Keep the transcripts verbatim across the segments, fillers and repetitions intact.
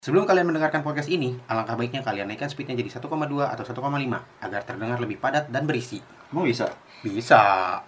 Sebelum kalian mendengarkan podcast ini, alangkah baiknya kalian naikkan speednya jadi satu koma dua atau satu koma lima agar terdengar lebih padat dan berisi. Mau bisa? Bisa.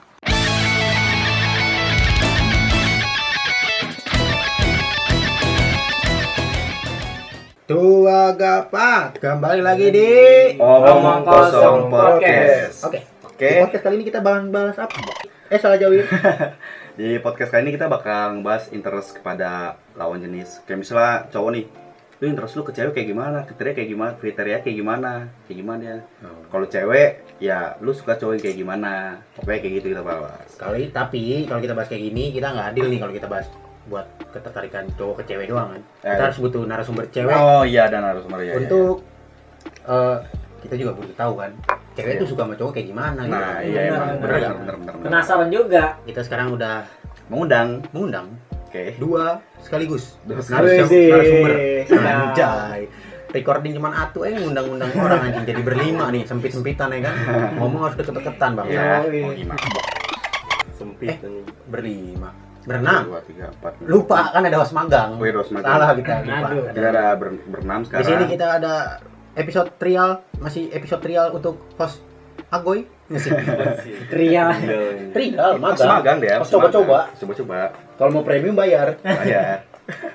Tua Gapat, kembali lagi di Omong Kosong Podcast. Oke. Oke. Di podcast kali ini kita bahas apa? Eh salah jauhin. Di podcast kali ini kita bakal ngebahas interest kepada lawan jenis. Kayak misalnya cowok nih, lu interest lu ke cewek kayak gimana, kriteria kayak gimana, kriteria kayak gimana, kayak gimana ya. Oh. Kalau cewek, ya lu suka cowok yang kayak gimana, pokoknya kayak gitu kita bahas. Kali tapi kalau kita bahas kayak gini kita nggak adil nih kalau kita bahas buat ketertarikan cowok ke cewek doang kan. Kita Eh. harus butuh narasumber cewek. Oh iya, dan harus ya. Untuk eh, kita juga butuh tahu kan cewek itu suka sama cowok kayak gimana gitu. Nah, iya Benar, emang benar. benar benar benar. benar. Penasaran juga. Kita sekarang udah Mengundang. mengundang Oke. dua sekaligus Dua narasum- sekaligus. narasumber. Nah. Anjay. Recording cuman atu eh ngundang-undang orang anjing jadi berlima nih, sempit-sempitan ya kan. Ngomong harus deket-deketan Bang. Ya, Yoi. mau gimana? Sempit Eh. berlima. Berenam. Dua, tiga, empat. Lupa kan ada host magang. Oh, iya, host magang. Salah kita lupa. Aduh. Kita ada ber- berenam Di sekarang. sini kita ada episode trial, masih episode trial untuk host Agoy. Masih Tria. trial Masih magang. magang deh. Host coba-coba. Coba-coba. Kalau mau premium bayar. Bayar.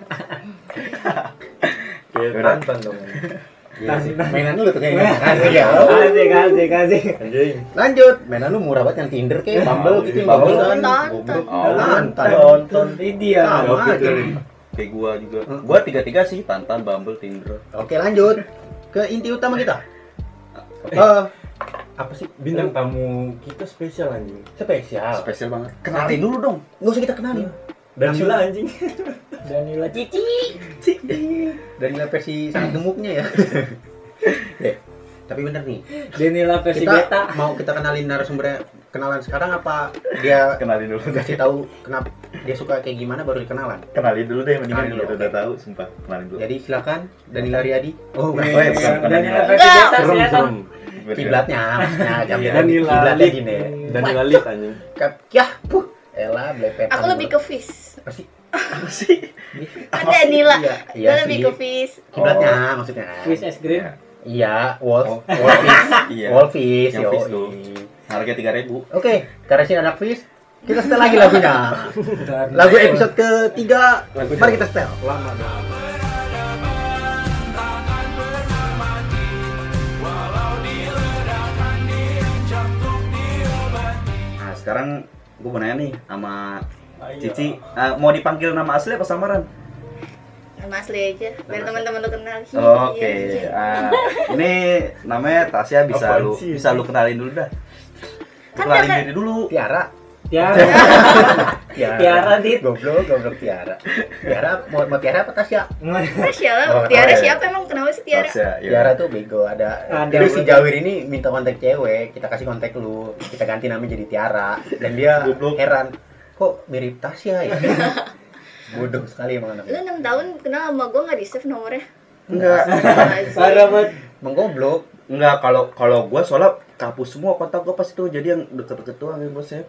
Nonton dong. Iya sih. Mainan lu tuh kayaknya. Asik ya. Asik, asik, asik. Lanjut. Mainan lu murah banget yang Tinder kayak Bumble gitu, yang Bumble Bumble kan. Nonton. Goblok. Oh, Nonton. Nonton. Ini dia. Sama Oke, aja. kayak gua juga. Gua tiga-tiga sih, Tantan, Bumble, Tinder. Oke, lanjut ke inti utama kita. Eh, apa sih? Bintang tamu kita spesial anjing. Spesial. Spesial banget. Kenalin dulu dong. Nggak usah kita kenalin. Danila anjing. Danila Cici. Dari versi sangat gemuknya ya. Eh, tapi bener nih. Danila versi Kita beta. mau kita kenalin narasumbernya kenalan sekarang apa dia Kenalin dulu. kasih tahu kenapa dia suka kayak gimana baru dikenalan. Kenalin dulu deh, mendingan Kenalin dulu, kita oke. udah tahu, sumpah. Kenalin dulu. Jadi silakan Danila Riyadi. Oh, Oh, iya, bukan, bukan Danila Danila. versi Enggak. beta Serem sih ya. serem. kiblatnya maksudnya jam Iya, Danila kiblatnya Lit. gini. Danila Lit anjing. Kap- Yah, puh. Elah, blepetan. Aku lebih ke fish. apa sih? Apa sih? Kan Danila. Iya, iya Gue lebih sih. ke fish. Kiblatnya maksudnya. Quiz es krim. Iya, wolf, Oh. wolfish, Iya. wolfish, Yang yo. fish tuh. Harga tiga ribu. Oke, karena sini anak fish, kita setel lagi lagunya. Lagu episode ketiga, Lagu mari kita setel. Lama dong. Nah, sekarang gua mau nanya nih sama Cici, eh, mau dipanggil nama asli apa samaran? Nama asli aja. Biar teman-teman lu kenal. Oke, Iya, iya. ah, ini namanya Tasya, bisa Apaan lu sih? bisa lu kenalin dulu dah. Lu Kan kenalin kakak- diri dulu. Tiara, Tiara. Tiara, Tiara, Dit. goblok, goblok Tiara. Tiara, mau, mau Tiara apa Tasya? Tasya lah. Oh, Tiara oh, iya. siapa emang? Kenapa sih Tiara? Tasya, iya. Tiara tuh bego, ada. Ada, Jadi si betul. Jawir ini minta kontak cewek, kita kasih kontak lu, kita ganti namanya jadi Tiara, dan dia Goblok. heran, kok mirip Tasya ya? Bodoh sekali emang Lu anaknya. enam tahun kenal sama gue nggak di save nomornya? Enggak. Parah banget. Menggoblok. Enggak, kalau kalau gua soalnya kapus semua kontak gua pas itu, jadi yang deket-deket doang yang gua save.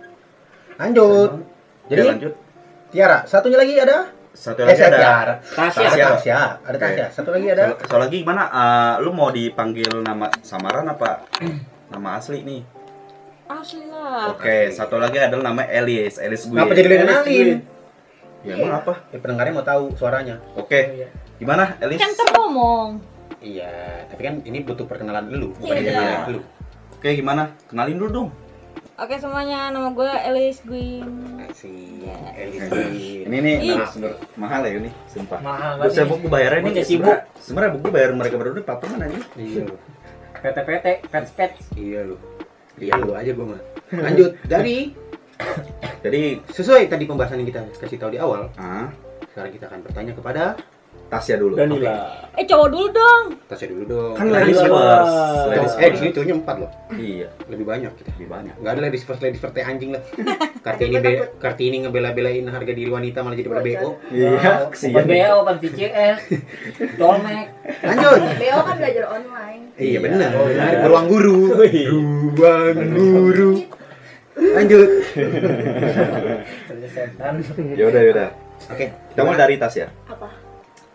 Lanjut. Jadi Jadi lanjut. Tiara, satunya lagi ada? Satu Eh, lagi saya ada. Tiara. Tasya. Ada Tasya. Tasya, ada Oke. Tasya. Satu lagi ada. Soal, soal lagi gimana? Eh, lu mau dipanggil nama samaran apa nama asli nih? Asli lah. Oke, satu lagi adalah nama Elis, Elis gue. Ngapa jadi lu yang kenalin? Ya emang apa? Ya, pendengarnya mau tahu suaranya. Oke. Gimana Elis? Kan terngomong. Iya, tapi kan ini butuh perkenalan dulu, bukan Iya. dikenalin dulu. Oke, gimana? Kenalin dulu dong. Oke semuanya, nama gue Elis Gwyn. Asik. Iya. Elis. Ini nih Ih. narasumber mahal ya ini, sumpah. Mahal Gue banget. saya buku bayarnya Bocah nih. sibuk. Sebenarnya sebenarnya buku bayar mereka berdua ini patungan aja. Iya lu. P T P T, pets pets. Iya lu. Iya lu aja gua mah. Lanjut dari Jadi, sesuai tadi pembahasan yang kita kasih tahu di awal, ah, sekarang kita akan bertanya kepada Tasya dulu. Danila. Eh cowok dulu dong. Tasya dulu dong. Kan Ladies ladies first. first. Tuh. Ladies Eh, di first. sini tuhnya empat loh. Iya, Lebih banyak kita. lebih banyak. Enggak ada ladies first, ladies first teh anjing lah. Kartini be, Kartini ngebela-belain harga diri wanita malah jadi pada B O. Iya, Bukan kesian. B O, bukan V C S. Dolmek. Lanjut. B O kan belajar online. Iya benar. Oh, iya. Ruang guru. Ruang guru. Lanjut. Setan. Ya udah, ya udah. Oke. Kita mulai dari Tasya. Apa?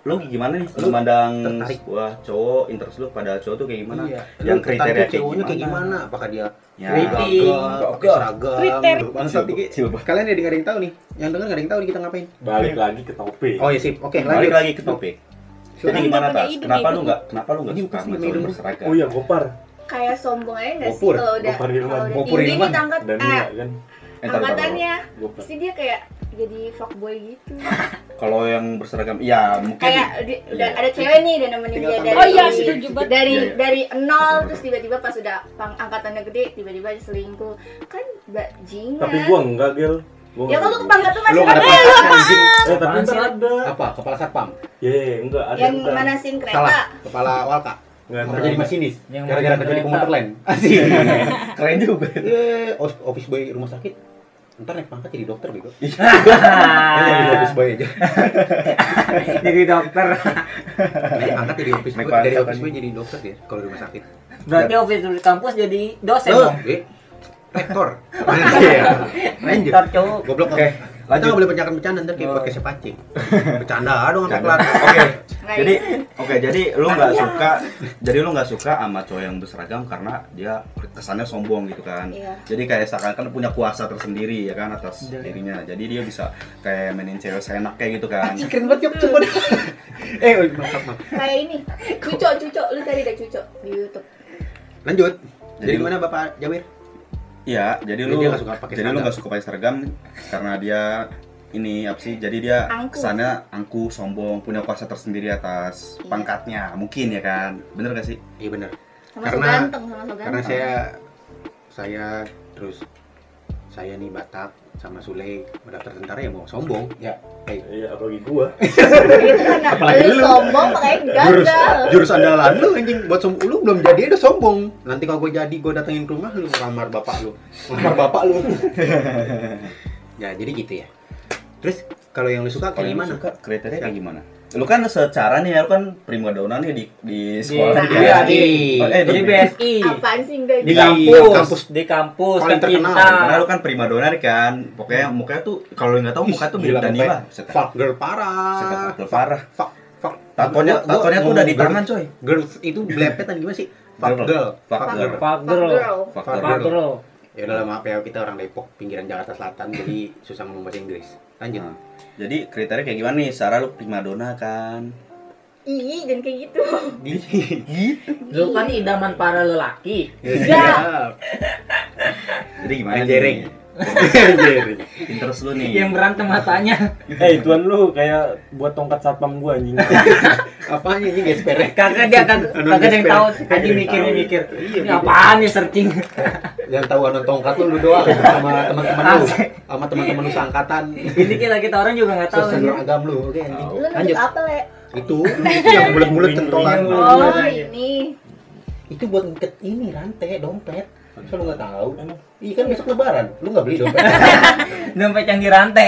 lu gimana nih? Lu mandang tertarik. wah cowok interest lu pada cowok tuh kayak gimana? Iya. Yang Lu kriteria tertarik kayak cowoknya gimana? kayak gimana? Apakah dia Ya. gagah, pakai seragam? Kriteria. Bangsat dikit. Coba. Kalian ada yang tahu nih? Yang dengar nggak ada yang tahu nih kita ngapain? Balik lagi ke topik. Oh ya sip. Oke, Balik lanjut. lagi ke topik. Jadi Kan gimana punya Tas? ide Kenapa nih, lu Bu. nggak kenapa lu nggak Ini suka pasti sama minum. cowok berseragam? Oh iya, Gopar. Kayak sombong aja nggak sih Gopur. kalau udah Gopur Hilman. kalau udah Gopur tinggi Hilman. nih angkat Dan eh Nia kan. Entar, entar, angkatannya Gopar. pasti dia kayak jadi fuckboy gitu. Kalau yang berseragam, ya mungkin. Kayak di- udah Iya. ada cewek nih dan nemenin Tinggal dia tambah. dari Oh iya, setuju banget. dari Iya, iya. dari nol terus tiba-tiba pas udah pang angkatannya gede tiba-tiba dia selingkuh kan bajingan. Tapi gua enggak, Gel. Gua ya enggak kalau gitu. kepangkat tuh masih Lu nggak ada ada pangkat anjing. Eh, tapi Apaan ntar sih? ada. Apa? Kepala satpam. Ye, enggak ada. yang ntar. manasin kereta. Salah. Kepala walka. Enggak Apa ada. jadi masinis? Yang Gara-gara megang kerja di kereta. komuter lain. Asik. Keren juga. Eh, os- office boy rumah sakit. Ntar naik pangkat jadi dokter bego. Ah. Eh, jadi office boy aja. Jadi dokter. Naik pangkat jadi office boy, Naik pangkat dari office aja. boy jadi dokter ya kalau di rumah sakit. Berarti office di kampus jadi dosen Oh, dong. eh, rektor. Iya. Lanjut. Dokter cowok. Goblok. Oke, Kita lanjut. nggak boleh bercanda-bercanda ntar kayak Oh. podcastnya pancing. Bercanda dong sampai Bercanda. kelar. Oke. Nah, Jadi, iya. oke, jadi lu nggak suka, jadi lu nggak suka sama cowok yang berseragam karena dia kesannya sombong gitu kan. Iya. Jadi kayak seakan-akan punya kuasa tersendiri ya kan atas dirinya. Jadi dia bisa kayak mainin cewek seenaknya gitu kan. Anjing keren banget yuk coba. Eh, oh, maaf, maaf. kayak ini cucok cucok lu cari deh cucok di YouTube. Lanjut. Jadi, Jadi- gimana Bapak Jawir? Iya, jadi Jadi lu dia nggak suka pakai jadi lu seragam. nggak suka pakai seragam karena dia ini apa sih? Jadi dia Angku. kesannya angku, sombong, punya kuasa tersendiri atas Iya. pangkatnya, mungkin ya kan? Bener gak sih? Iya benar. Sama so Karena- ganteng sama so Karena ganteng. saya saya terus saya nih Batak sama Sule mendaftar tentara ya mau sombong ya. Eh, Iya, apalagi gua. itu karena Apalagi lu lu. sombong makanya jurus gagal. jurus andalan lu anjing buat sombong lu belum jadi udah sombong. Nanti kalau gue jadi gue datengin ke rumah lu ngelamar bapak lu. Ngelamar bapak lu. Ya, jadi gitu ya. Terus kalau yang lu suka Kalau kayak yang lu gimana? suka kriteria kayak gimana? Lu kan secara nih ya, lu kan prima donna nih di di sekolah Di- di Iya, B S I. di- Oh, eh, di di B S I. Apaan sih enggak Di Di kampus, kampus. di kampus Paling terkenal. tercinta. Karena lu kan prima donna nih kan. Pokoknya mukanya tuh kalau lu nggak tahu mukanya tuh mirip Gila, Danila. sampai Buset dah. fuck girl parah. Buset dah, fuck parah. Fuck fuck. Tatonya Gua- gua tatonya tuh udah di ngomong tangan, girl- coy. Girls itu belepetan gimana sih? Fuck Girl. girl. Fuck girl. Fuck Fuck girl. girl. Fuck Fuck girl. Fuck girl. Ya udah maaf ya kita orang Depok pinggiran Jakarta Selatan jadi susah ngomong bahasa Inggris. Lanjut. Nah, jadi kriteria kayak gimana nih? Secara lu prima donna kan. Ih, dan kayak gitu. Lu kan idaman para lelaki. Ya. Jadi gimana Anjering. nih? Anjering. Interest lu nih. Yang berantem matanya. Eh, tuan lu kayak buat tongkat satpam gua anjing. Apanya ini guys pere? Kagak dia kagak Anu kagak ada yang gesper. tahu. Kagak Tadi ada yang mikirnya tahu. mikir. Iya, Ini apaan nih searching? Yang tahu anu tongkat lu lu doang sama teman-teman lu, sama teman-teman lu seangkatan. Ini kita kita orang juga nggak tahu. Sosial agam lu. Oke, anjing. Lu nunjuk Lanjut. apa, Le? Itu, itu yang bulat-bulat kentolan. Oh, ini. Itu buat ngiket ini rantai dompet. Masa lu nggak tahu? Iya kan besok lebaran, lu nggak beli dompet. Dompet yang dirantai.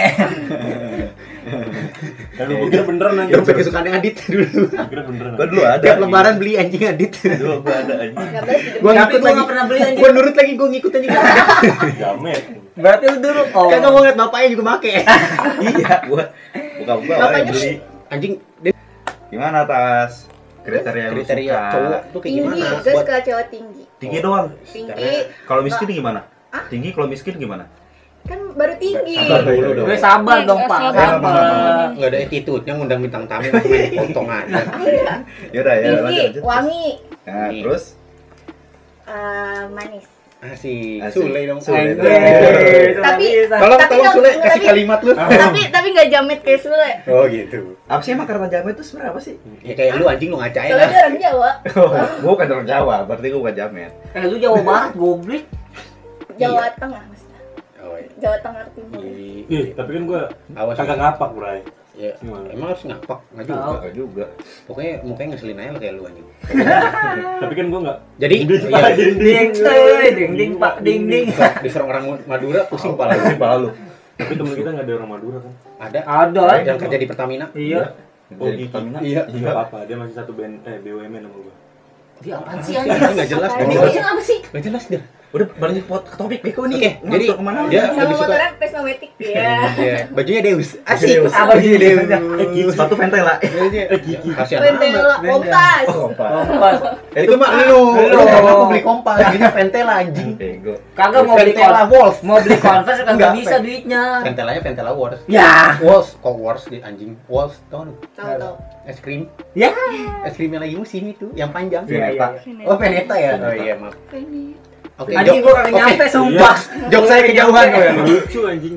Kalau gua kira beneran anjing. Dompet kesukaannya Adit dulu. Gua kira beneran. Gua dulu ada. Tiap lebaran beli anjing Adit. Dulu gua ada anjing. Enggak belas gitu. Gua Tapi ngikut gua lagi. nggak pernah beli anjing. Gua nurut lagi, gua ngikut aja. Jamet. Berarti lu dulu. Oh. Kagak mau ngeliat bapaknya juga make. Iya, gua buka gua awalnya Bapaknya beli. Anjing, dia Gimana Tas? Kriteria yang lu kriteria suka. cowok tuh kayak Tinggi, gimana? gue Buat suka cewek tinggi. Tinggi doang. Tinggi. Kalau miskin gimana? Hah? Tinggi kalau miskin gimana? Kan baru tinggi. Sabar dulu dong. Gue sabar dong, Pak. Sabar, Sabar. Pak. Nggak ada attitude-nya ngundang bintang tamu main potong aja. Ya udah ya, lanjut Tinggi, lanjut. wangi, Nah, Nih. terus eh, manis. Asik, Asik. Sule dong. Sule. Anjir. Tapi Tolong, Tapi tolong nggak- Sule nggak- kasih tapi- kalimat lu. tapi tapi nggak jamet kayak Sule. Oh gitu. apa sih emang karena jamet itu sebenarnya apa sih? Ya kayak lu anjing lu ngacain Soalnya lah. dia orang Jawa. Oh, gua bukan orang Jawa, berarti gua bukan jamet. Eh lu Jawa Barat goblok. Jawa Tengah maksudnya. Oh iya. Jawa Tengah Timur. Ih, tapi kan gua Awas. kagak ngapak, Bray. Ya, Gimana? emang harus ngapak, nggak juga. Tahu. Enggak juga. Pokoknya mukanya ngeselin aja lo kayak lu anjing. Tapi kan gua enggak. Jadi, iya, Ding ding euy, ding ding Pak ding ding. diserang orang Madura pusing kepala lu. Pala lu. Tapi temen kita enggak ada orang Madura kan. Ada Ada. yang kerja di Pertamina. Iya. Oh, Jadi gitu. Pertamina. Iya. Enggak apa-apa, dia masih satu B N eh B U M N sama gua. Dia apaan sih Ini anjing? nggak jelas Apaan dong. sih? Apa sih? Nggak jelas dia. Udah balik ke topik beko nih. Oke, jadi kemana? dia Sama lebih suka motornya Vespa Matic ya. Iya, bajunya Deus. Asik. Deus. Apa bajunya Deus? Sepatu Ventela. Kasihan Ventela, amat. Kompas. Kompas. Itu mah lu, lu karena aku beli kompas, jadinya Ventela anjing. Bego. Kagak mau beli Ventela kon- Wolf. mau beli Converse Enggak, kagak bisa Ven- duitnya. Ventelanya Ventela Wars. Ya. Wars, kok Wars di anjing? Wars, tau lu? Tahu tahu. Es krim. Ya. Es krimnya lagi musim itu, yang panjang. Iya, iya, iya. Oh, Veneta ya? Oh iya, maaf. Ini. Oke, Anjing gua kagak nyampe sumpah. Jok saya kejauhan kok ya. Lucu anjing.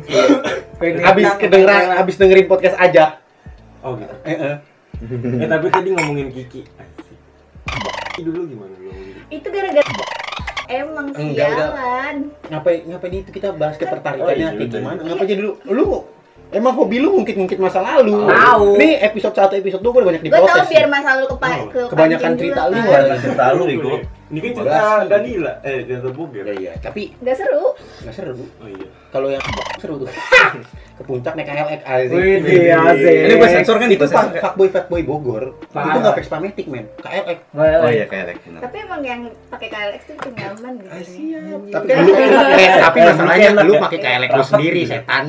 Habis kedengeran, habis dengerin podcast aja. Oh gitu. Eh, eh. Eh tapi tadi ngomongin Kiki. Anjing. Kiki dulu gimana lu ngomongin Kiki? Itu gara-gara emang Enggak, udah. sialan. Ngapain ngapain itu kita bahas ketertarikannya Oh, iya, kayak udah. gimana? Ngapain aja dulu? Lu emang hobi lu ngungkit-ngungkit masa lalu. Tahu. Nih episode satu episode dua gue banyak Gue tau diprotes. biar masa lu kepa Oh, ke kebanyakan cerita lu, kan. Wak. Cerita lu bego. Ini kan cerita Basi. Danila. Eh, cerita Boger. Ya iya, tapi Gak seru. nggak seru. Oh iya. Kalau yang seru tuh. Ke puncak naik K L X asik. Wih, asik. Ini gue sensor kan itu Gua sensor. fuckboy fuckboy Bogor. Parah. Itu enggak Vespa Matic, men. K L X. Oh iya kayak like benar. Tapi emang yang pakai K L X itu lebih nyaman gitu. Tapi kan lu eh, tapi masalahnya lu pakai K L X lu sendiri, setan.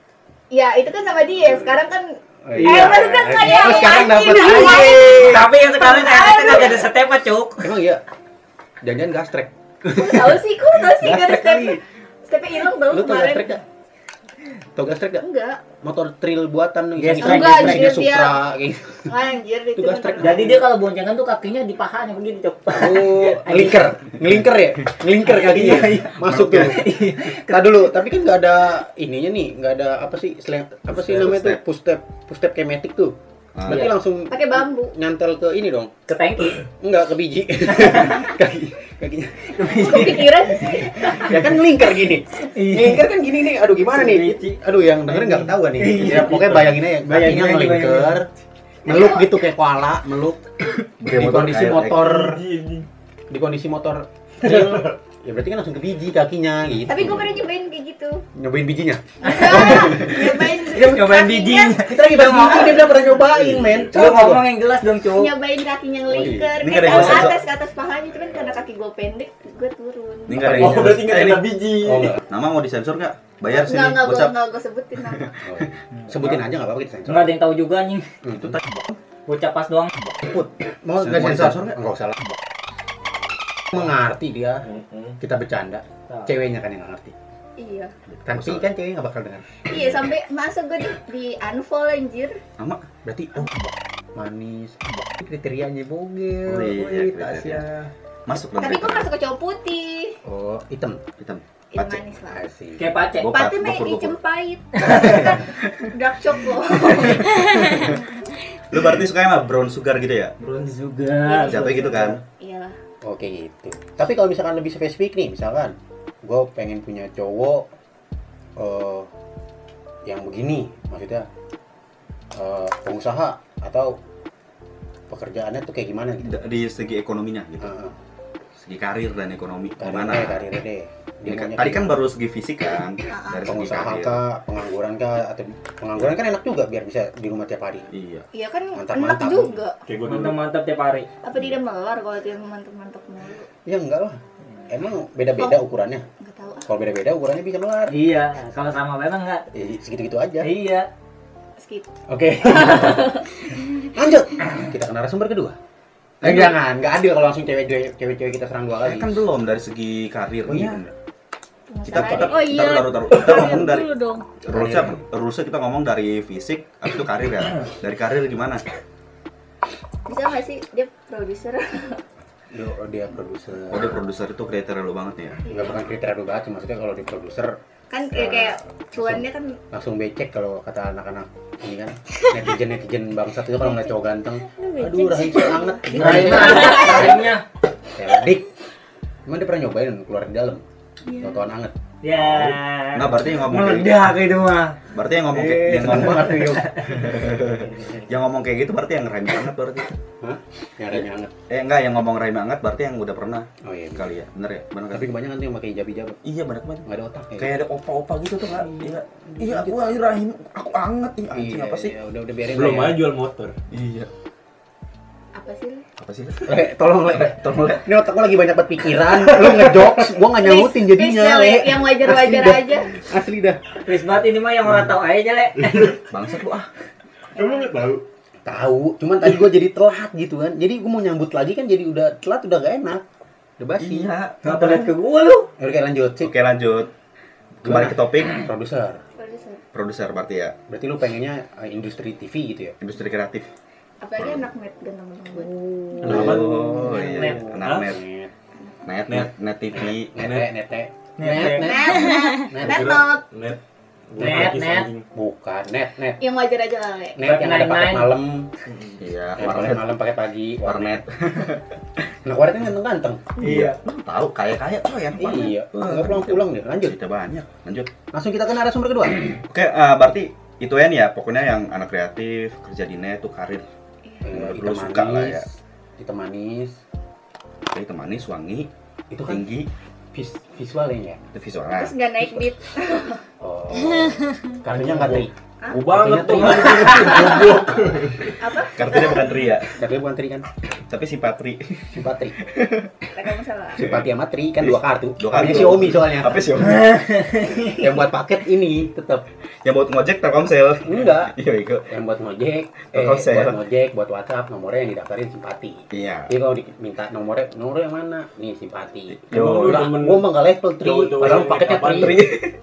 Ya itu kan sama dia. Sekarang kan Oh, eh maksudnya kayak Terus sekarang dapat anjing. aja. Tapi yang sekarang ternyata kagak ada step cuk. Emang iya. Jangan-jangan gastrek. Kok tahu sih, kok tahu sih gak ada Gastrek step. kali. Stepnya hilang tau Lu tau kemarin. gastrek gak? Tau gastrek gak? Enggak. Motor trail buatan nih, Yes, iseng-iseng enggak, gastrek, anjir, Supra dia- kayak gitu. Anjir itu. Itu gastrek. bener. Jadi dia kalau boncengan tuh kakinya di pahanya begini cuk. Oh, ngelinker, ngelinker ya, ngelinker kakinya, masuk tuh. Tadi dulu, tapi kan nggak ada ininya nih, nggak ada apa sih, slang, apa sih Push namanya tuh, step. push step, push step kayak Matic tuh. Ah. Berarti Iya. langsung Pakai bambu. nyantel ke ini dong, Ke tangki. enggak ke biji, kaki, kakinya. Kepikiran sih. Ya kan ngelinker gini, ngelinker kan gini nih, aduh gimana nih, aduh yang dengerin nggak ketahuan nih. Ya pokoknya bayangin aja, kakinya Bayangin aja, ngelinker, meluk gitu kayak koala, meluk Pakai di motor kondisi K L X. motor, di kondisi motor trail, ya berarti kan langsung ke biji kakinya gitu. Tapi gue pernah nyobain kayak gitu. Nyobain bijinya. Nyobain. Dia nyobain biji. Kita lagi bahas biji, dia bilang pernah nyobain, men. Lu ngomong yang jelas dong cuk. Nyobain kakinya ngelingker. Ini Eh, nggak ada ke yang sensor. atas ke atas pahanya itu kan karena kaki gue pendek, gue turun. Ini enggak ada Oh, yang berarti nggak Eh, kena ini- biji. Oh, enggak. Nama mau disensor nggak? Bayar sini. Enggak, enggak, gue WhatsApp. enggak gue sebutin nama. Oh. Sebutin aja enggak apa-apa kita sensor. Enggak ada yang tahu juga anjing. Hmm, Itu tadi Bocah pas doang. put. Mau enggak Mau sensor? disensor nggak? Enggak usah lah. Mengerti dia. Mm-mm. Kita bercanda. Tahu. Ceweknya kan yang enggak ngerti. Iya. Tapi kan ceweknya enggak bakal dengar. Iya sampai masuk gue di, di unfollow anjir. Nama? Berarti oh manis. Kriterianya bogel. Oh, iya, Wih, kriteria. Tasya. Masuk dong. Tapi gue masuk ke cowok putih. Oh, hitam. Hitam. Ini Pace. manis lah. Asik. Kayak pace. Gua- Pati Gopar, mah gopur, hijau gopur. pahit. Kan dark coklat. Lu berarti suka sama brown sugar gitu ya? Bronze juga. Jatuhnya gitu kan? Iyalah. Oke gitu. Tapi kalau misalkan lebih spesifik nih, misalkan gue pengen punya cowok eh yang begini, maksudnya eh, pengusaha atau pekerjaannya tuh kayak gimana gitu? Di segi ekonominya gitu. Heeh. Segi karir dan ekonomi. Karirnya, Gimana? karirnya deh. Ini Dia kan, maunya tadi kayak kan baru segi fisik kan, dari segi pengusaha karir. kah, pengangguran kah, atau pengangguran kan enak juga biar bisa di rumah tiap hari. Iya. Iya kan Mantap, enak mantap. juga. Kayak gue dulu. Mantap-mantap tiap hari. Apa tidak melar kalau dia mantap-mantap mulu? Ya enggak lah. Emang beda-beda ukurannya. Enggak tahu ah. Kalau beda-beda ukurannya bisa melar. Iya, kalau sama memang enggak. Eh, segitu-gitu aja. Iya. Skip. Oke. Lanjut. Kita ke narasumber kedua. Eh, jangan, nggak adil kalau langsung cewek-cewek cewek-cewek kita serang dua Eh, kali. kan belum dari segi karirnya. Kita Pengusaha kita ini. Oh, iya. taruh taruh taruh. Kita ngomong dari Dulu dong. rulesnya rulesnya kita ngomong dari fisik, habis itu karir ya. Dari karir gimana? Bisa nggak sih dia produser? Dia, dia produser. Oh, dia produser itu kriteria lu banget nih ya. Nggak bukan kriteria lu banget, maksudnya kalau di produser Kan kayak kayak cuannya kan langsung becek kalau kata anak-anak ini kan netizen netizen bangsat itu kalau ngeliat cowok ganteng, aduh rahim saya anget, rahim Rahimnya. dik. Emang dia pernah nyobain keluar di dalam, totoan anget. Ya. Nah, berarti yang ngomong kayak Meledak itu mah. berarti yang ngomong kayak Eh, yang seneng ngomong banget tuh Yuk. yang ngomong kayak gitu berarti yang rahim banget berarti. Hah? Yang rahimnya anget. Eh enggak, yang ngomong rahim banget berarti yang udah pernah Oh iya. kali ya. Bener ya? Bener kan? Tapi kebanyakan tuh yang pakai hijab-hijab, Iya, banyak banget. nggak ada otak. ya. Kayak ada opa-opa gitu tuh kan. Iya. Iya, aku rahim aku anget. Ih, anjing Iya, apa sih? iya, udah udah biarin Belum lah ya. aja jual motor. Iya. apa Apa sih lu? Apa sih? Le, tolong le, Tolong le. ini otak gua lagi banyak banget pikiran. Lu ngejokes, gua nggak nyautin Please, jadinya please, le. Yang wajar-wajar Asli dah. aja. Asli dah. Please banget ini mah yang orang tahu aja, Le. Bangsat lu ah. Emang nggak tahu? Tahu, cuman tadi gua jadi telat gitu kan. Jadi gua mau nyambut lagi kan jadi udah telat, udah gak enak. Udah basi. Iya. Ngapa lihat ke gua lu? Oke lanjut sih. Oke, lanjut. Kembali ke topik Produser. Produser. produser berarti ya, Berarti lu pengennya eh, industri T V gitu ya? industri kreatif. Apalagi anak net ganteng-ganteng banget. Kenapa? Oh, iya. Net. Anak Hah? net. Net, net, net T V. Nete, nete. Net, Net, net. net. Net, net, net not. Net. Net, net. Bukan, net, net. Yang wajar aja lah, Le. Net yang ada paket Nine-nine. malam, Iya, yang paket warnet. malam, paket pagi, Warnet. Nah, warnet kan ganteng-ganteng. Iya. Tahu kaya-kaya tuh ya. Iya, nggak pulang-pulang deh. Lanjut. Cerita banyak. Lanjut. Langsung kita ke narasumber kedua. Oke, eh, berarti itu ya nih ya, pokoknya yang anak kreatif, kerja di net tuh karir. Eh, Lu suka lah ya. Hitam manis. Jadi temani, wangi, Itu kan tinggi, vis visualnya ya. itu visualnya. Terus nggak naik beat. Oh. Kartunya nggak tri. Gue banget tuh. Apa? Kartunya bukan tri ya, Kartunya bukan tri kan? tapi simpatri. Simpatri. Kamu salah. Simpati sama tri kan dua kartu. Dua Namanya kartu. Xiaomi soalnya. Apa sih? Yang buat paket ini tetap Yang buat ngojek Telkomsel. enggak. Iya, itu. Yang buat ngojek, eh, Telkomsel. buat ngojek, buat WhatsApp, nomornya yang didaftarin simpati. Iya. Jadi kalau diminta nomornya, nomornya yang mana? Nih simpati. Yo, Enggak, temen- gua mah nggak level tri, cowok-cowok padahal yang paketnya kapan tri. Tri.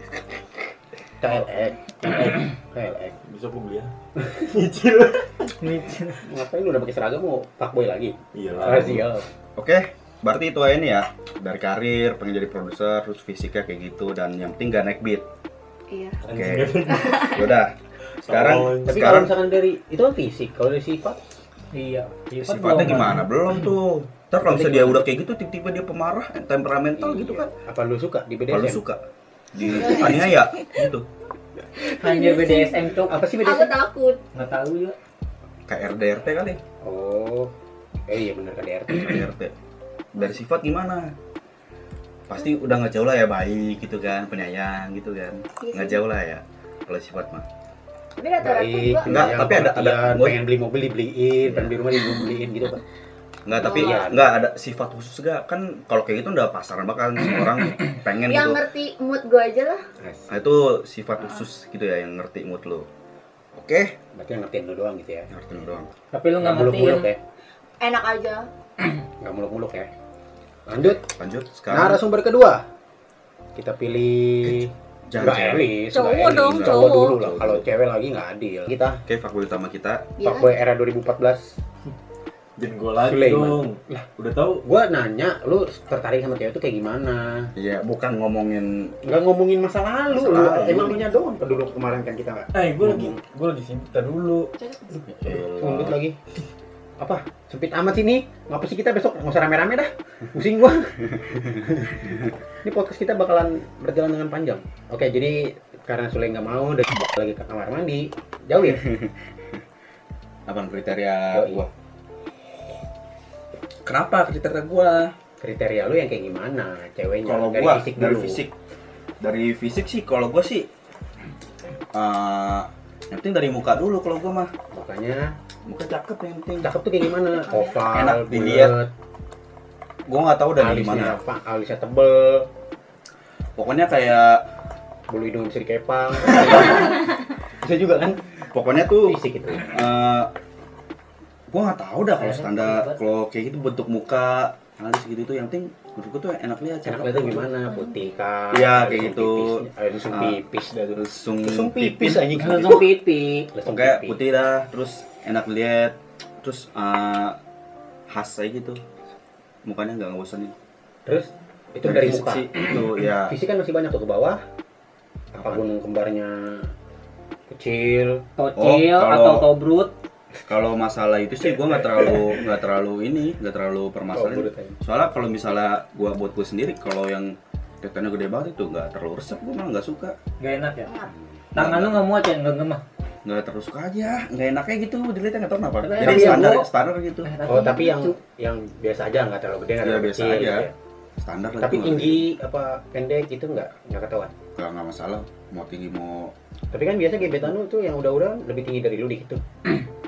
K L X, K L X, K L X. Bisa gue beli ya? Micil. Ngapain lu udah pakai seragam mau fuckboy lagi? Iya Ah, lah. siap. Oke, berarti itu aja nih ya. Dari karir, pengen jadi produser, terus fisiknya kayak gitu, dan yang penting gak naik beat. Iya. Oke. Yaudah. Sekarang, Oh, Tapi kalau sekarang misalkan dari itu kan fisik, kalau dari sifat Iya. sifatnya gimana? Belum tuh. Ntar kalau misalnya dia udah kayak gitu, tiba-tiba dia pemarah, temperamental gitu kan. apa lu suka di B D S M? Kalau suka di aniaya gitu. Anjir B D S M cok. Apa sih B D S Aku M? takut. Enggak tahu juga. K R D R T kali. Oh, eh iya bener K D R T. K D R T. Dari sifat gimana? Pasti udah nggak jauh lah ya, baik gitu kan, penyayang gitu kan. Iya Nggak sih. jauh lah ya kalau sifat mah. Tapi rata-rata Baik, gua Enggak, yang tapi ada- ada- pengertian, gua- pengen beli mobil dibeliin, pengen beli rumah dibeliin gitu kan. Nggak, tapi Oh. nggak ada sifat khusus gak kan. Kalau kayak gitu udah pasaran bakal orang pengen yang gitu. ngerti mood gua aja lah. Nah, itu sifat khusus gitu ya yang ngerti mood lo. Oke, Berarti yang ngertiin lu doang gitu ya. ngerti lo doang. Tapi lu Nggak enggak ngertiin. muluk-muluk ya. Enak aja. Nggak muluk-muluk ya. Lanjut. Lanjut sekarang. Narasumber kedua. Kita pilih Jangan nggak cewek. Elis, Cowok nggak Elis, dong, cowok cowok. dulu lah. Kalau cewek lagi nggak adil. Kita Oke, fuckboy utama kita. Dia kan fuckboy era dua ribu empat belas. Jangan gue lagi Sulaiman. dong. Lah, udah tahu. Gua nanya, lu tertarik sama cewek itu kayak gimana? Iya, bukan ngomongin Nggak ngomongin masa lalu, Masa lu. lalu. Emang lu nya doang kan dulu kemarin kan kita nggak Eh, gue lagi, gue lagi sibuk. Tar dulu. sempit lagi. Apa? Sempit amat sini. Ngapa sih kita besok nggak usah rame-rame dah? Pusing gua. Ini podcast kita bakalan berjalan dengan panjang. Oke, jadi karena Sule nggak mau dan lagi ke kamar mandi, jauh ya. apa kriteria Yoi. gua. Kenapa kriteria gua? Kriteria lu yang kayak gimana? Ceweknya Kalau dari gua fisik dari dulu. fisik. Dari fisik sih kalau gua sih eh yang penting dari muka dulu kalau gua mah. Makanya Muka cakep yang penting. cakep tuh kayak gimana? Oval, Enak bulat, dilihat. Gua nggak tahu dari alisnya mana. apa? Alisnya tebel, Pokoknya kayak bulu hidung bisa dikepang. Bisa juga kan? pokoknya tuh Fisik itu. eh gua nggak tahu dah kalau standar kalau kayak gitu bentuk muka alis gitu tuh yang penting menurut gua tuh enak lihat. Enak lihat tuh gimana? Putih kah? Iya, Lesung kayak gitu. pipis, eh, lesung Ah. pipis dah tuh. Lesung Lesung pipis anjing. Langsung pipi. Lesung Kayak pipis. putih dah, terus enak lihat, terus eh khas aja gitu. Mukanya nggak ngebosenin. Terus itu dari fisik muka. sih, itu ya. Fisik kan masih banyak tuh ke bawah. Apa gunung kembarnya kecil? Tocil Oh, kalau- atau tobrut. Kalau masalah itu sih gua nggak terlalu nggak terlalu ini, nggak terlalu permasalahan. Oh, menurut saya. Soalnya kalau misalnya gua buat gua sendiri, kalau yang tetannya gede banget itu nggak terlalu resep, gua malah nggak suka. Gak enak ya. Enak. Tangan lu enggak muat ya, enggak gemah. Nggak terlalu suka aja, nggak enaknya gitu, dilihatnya nggak tahu kenapa. Tapi Jadi yang standar gua- standar gitu, Oh, tapi yang yang biasa aja nggak terlalu gede, nggak Ya, terlalu biasa kecil. aja. gitu ya. standar lah. Tapi itu. tinggi apa pendek itu nggak nggak ketahuan. nggak nggak masalah, mau tinggi mau Tapi kan biasa gebetan lu tuh yang udah-udah lebih tinggi dari lu dikit tuh. hmm,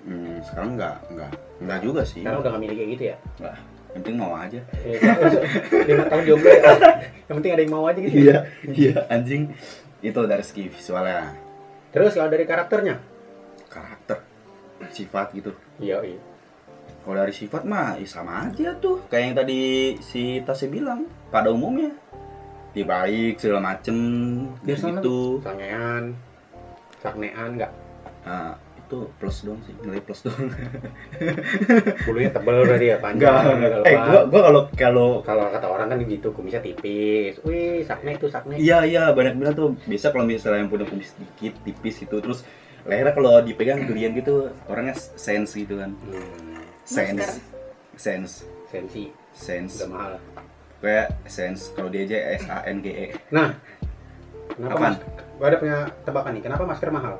sekarang enggak, enggak. Enggak juga sih. Sekarang udah nggak milih kayak gitu ya? Enggak. Yang penting mau aja. Lima tahun jomblo ya. Yang penting ada yang mau aja gitu. Iya, iya anjing. Itu dari segi visualnya. Terus kalau dari karakternya? Karakter, sifat gitu. Iya, iya. Kalau dari sifat mah ya sama aja tuh. Kayak yang tadi si Tasya bilang, pada umumnya. Dia baik, segala macem, Dia sama gitu. Sangean, saknean nggak? Nah, itu plus dong sih, nilai plus dong. Bulunya tebel berarti ya, panjang. Enggak. Eh, gua gua kalau kalau Kalau kata orang kan gitu, kumisnya tipis. Wih, sakne itu sakne. iya iya banyak bilang tuh biasa kalau misalnya yang punya kumis sedikit, tipis gitu, terus lehernya kalau dipegang gelian gitu, orangnya sense gitu kan. Hmm, Sense. Sense. sensi, Sense. udah mahal. Kayak sense kalau dia aja S A N G E. Nah, kenapa Apaan? mas? Gua ada punya tebakan nih. Kenapa masker mahal?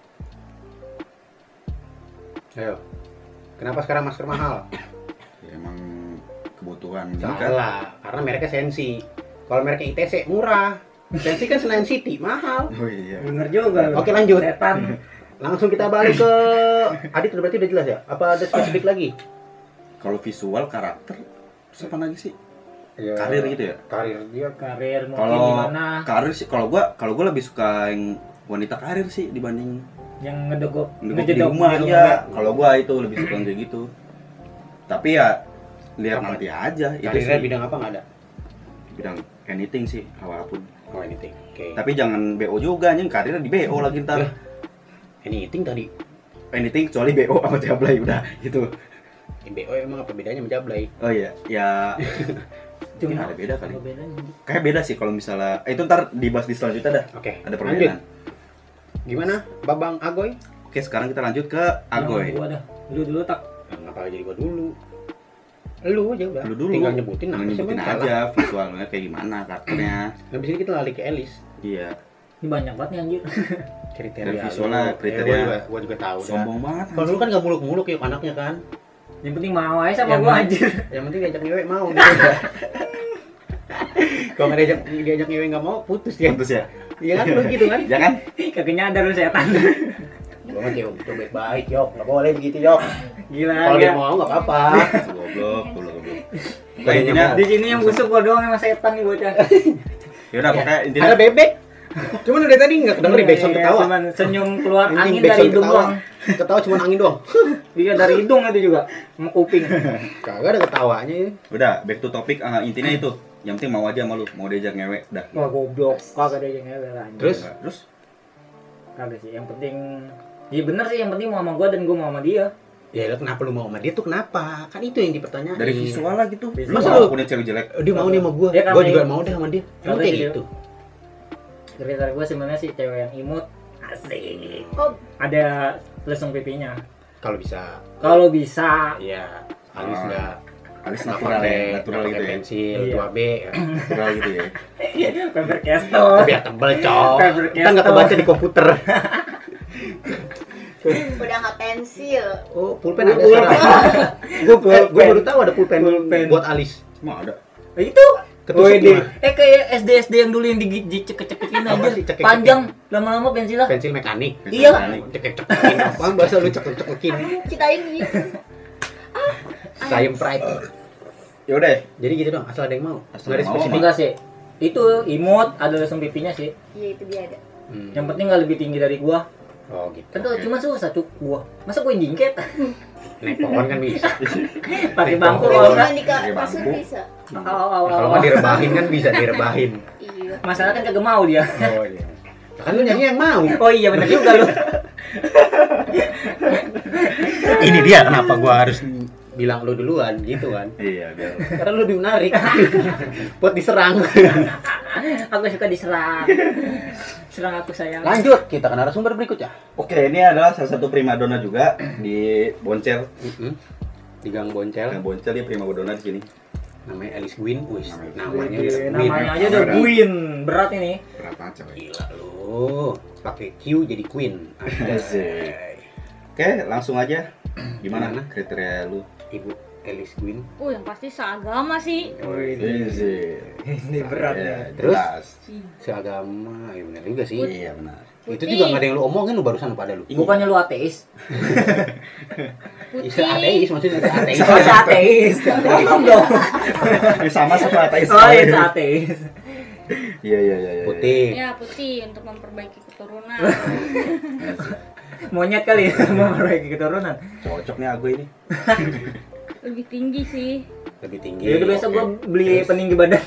Ayo, kenapa sekarang masker mahal? Ya, emang kebutuhan ini kan. Salah, karena mereknya Sensi. Kalau mereknya I T C murah. Sensi kan Senayan City mahal. Oh iya. Bener juga lu. Oke, lanjut. Setan. Langsung kita balik ke Adit, berarti udah jelas ya? Apa ada spesifik lagi? Kalau visual karakter terus apa lagi sih? Ya, Karir gitu ya? Karir dia. Karir mungkin Kalau gimana karir sih kalau gua kalau gua lebih suka yang wanita karir sih dibanding yang ngedogok ngedegok di rumah ya. Kalau gua itu lebih suka kayak gitu. Tapi ya lihat Apa? nanti aja itu Karirnya sih. bidang apa nggak ada? Bidang anything sih apapun. Oh, anything. Oke. Tapi jangan B O juga anjing, karirnya di B O lagi ntar. Anything tadi. Anything kecuali B O sama Jablay udah gitu. B O emang apa bedanya sama Jablay? Oh iya, ya mungkin Cuma ada beda kali. apa bedanya? Kayak beda sih kalau misalnya eh, itu ntar dibahas di selanjutnya dah. Oke. Ada lanjut. perbedaan. Gimana, Babang Agoy? Oke, sekarang kita lanjut ke Agoy. Yang gua dah. Dulu dulu tak. Nah, ngapa jadi gua dulu? Lu aja udah. Lu dulu. Tinggal nyebutin Tinggal nama nyebutin siapa yang aja visualnya kayak gimana, karakternya. Habis ini kita lari ke Elis. Iya. Ini banyak banget nih anjir. Kriteria Dan visualnya, lu. kriteria. Ya, gua juga, gua juga tahu dah. Sombong banget. Kalau dulu kan nggak muluk-muluk yuk anaknya kan. Yang penting mau aja sama Yang gua mana? anjir. Yang penting diajak ngewek mau gitu. Kalau nggak diajak diajak ngewek nggak mau putus ya. Pantes ya? Iya kan lu gitu kan? Ya kan? Kagak nyadar lu setan. Gua mah Yok, coba baik Yok, nggak boleh begitu Yok. Gila. Kalau dia ya. mau nggak apa-apa. Goblok, goblok, goblok. Nah, Kayak intinya, Di sini yang busuk gua doang sama setan nih bocah. ya udah pokoknya intinya Ada bebek. Cuman udah tadi nggak kedenger di backsound Iya, ketawa. cuman senyum keluar Anjing, angin dari backsound hidung ketawa. doang. Ketawa cuma angin doang. Iya dari hidung itu juga. Sama kuping. Kagak ada ketawanya ya. udah back to topic ah, intinya itu. Yang penting mau aja sama lu, mau diajak ngewek udah. Wah goblok. Kagak ada yang ngewe anjir. Terus? Enggak. Terus Kagak sih, yang penting iya bener sih, yang penting mau sama gua dan gua mau sama dia. Ya lu kenapa lu mau sama dia tuh kenapa? Kan itu yang dipertanyain. dari visual lah gitu. Visual. Masa lu punya cewek jelek? Oh, dia mau nih sama gua. Ya, Gua karena juga ini- mau deh sama dia. Emang Karena kayak dia- gitu. Kriteria gua sebenarnya sih cewek yang imut, asik. Oh, Ada lesung pipinya. Kalau bisa Kalau bisa, ya alis Oh. enggak Alis nggak natural pakai- ya, natural nggak gitu pakai ya. pensil Iya. dua B ya. Natural gitu ya. Faber Castell. Tapi ya tebel cok. Faber Kita nggak Castell. kebaca di komputer. udah nggak pensil. Oh, pulpen ada sekarang. Gue eh, gua baru tahu ada pulpen, Pulpen. buat alis. Emang ada. Itu Ketusuk Wede. gimana? Eh kayak S D S D yang dulu yang dicekek-cekekin Apa aja. sih cekek-cekekin? Panjang, lama-lama pensilnya. Pensil mekanik. Iya. Cekek-cekekin apa? Bahasa lu cekek-cekekin. Kita ini. Sayem pride. Ya udah. Jadi gitu dong, asal ada yang mau. Asal Nggak ada ada yang mau, spesifik. Enggak sih. Itu imut, ada lesung pipinya sih. Iya itu dia ada. Hmm. Yang penting nggak lebih tinggi dari gua. Oh gitu. Kan tuh cuma susah cuk gua. Masa gua yang jingket? Naik pohon kan bisa. Pakai bangku Oh, kalau Cuma enggak. di Pakai kasur bangku. bisa. Aw, aw, aw, Kalau aw. mau direbahin kan bisa direbahin. Iya. Masalah kan kagak mau dia. Oh iya. Kan lu nyanyi yang mau. Oh iya benar juga lu. Ini dia kenapa gua harus bilang lu duluan gitu kan. Iya, biar. Karena lu lebih menarik. Buat diserang. Aku suka diserang. Serang aku sayang. Lanjut, kita ke narasumber berikutnya. Oke, ini adalah salah satu primadona juga di Boncel. Di Gang Boncel. Yang Boncel dia primadona di sini. Namanya Alice Gwyn. Wih, Namanya- namanya Wih, udah Gwyn. namanya aja udah Gwyn. Berat ini. Berat banget coy. Gila lu. Pakai Q jadi Queen. Anjay. Oke, langsung aja. Gimana Gimana? kriteria lu? Ibu Alice Gwyn. Uh, yang pasti seagama sih. Easy. Ini berat Ya, nih. Terus? jelas. Seagama, ya benar juga sih. Iya benar. Itu Putih. juga nggak ada yang lu omongin lu barusan pada lu. Bukannya lu ateis? Putih. Isa ateis maksudnya si ateis. Oh, si ateis. Ngomong dong. Sama satu ateis. Oh, iya, si ateis. Iya iya iya. iya. Putih. Ya putih untuk memperbaiki keturunan. Monyet kali ya, memperbaiki keturunan. Cocok nih aku ini. Lebih tinggi sih. Lebih tinggi. Ya udah biasa Oke. gua beli peninggi badan.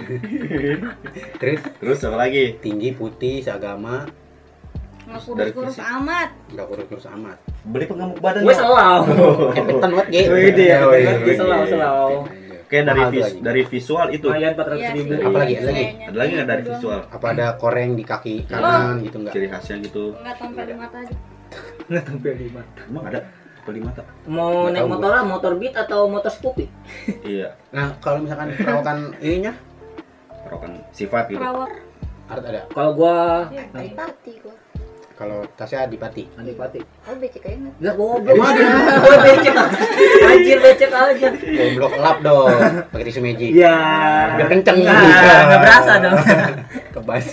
Terus Terus apa lagi? tinggi, putih, seagama, Nggak Dari kurus-kurus fisik. amat. nggak kurus-kurus amat. Beli pengemuk badan. Gue selau. Kepetan banget ge. Wih, dia, Oh, iya, dia iya, selau, iya. selau. Oke dari Mahal tuh vis lagi. dari visual itu. Lumayan empat ratus Iya ribu. sih. Apa lagi? Ada lagi? Kayaknya Ada lagi nggak dari itu doang. visual? Apa ada koreng di kaki kanan gitu enggak? Ciri khasnya gitu. Nggak sampai di mata aja. Nggak sampai lima. Emang ada beli mata? Mau Nggak naik tahu motor lah, motor beat atau motor Scoopy? Iya. Nah, kalau misalkan perawakan ininya Perokan sifat gitu. Perawat. Art ada. Kalau gua Ya, Adipati gua. Kalau Tasya Adipati. Adipati. Oh, becek aja nggak? Enggak goblok. Emang ada? Gua becek. Anjir becek aja. Goblok lap dong. Pakai tisu magic. Iya. Biar kenceng. Nah, enggak berasa dong. Kebas.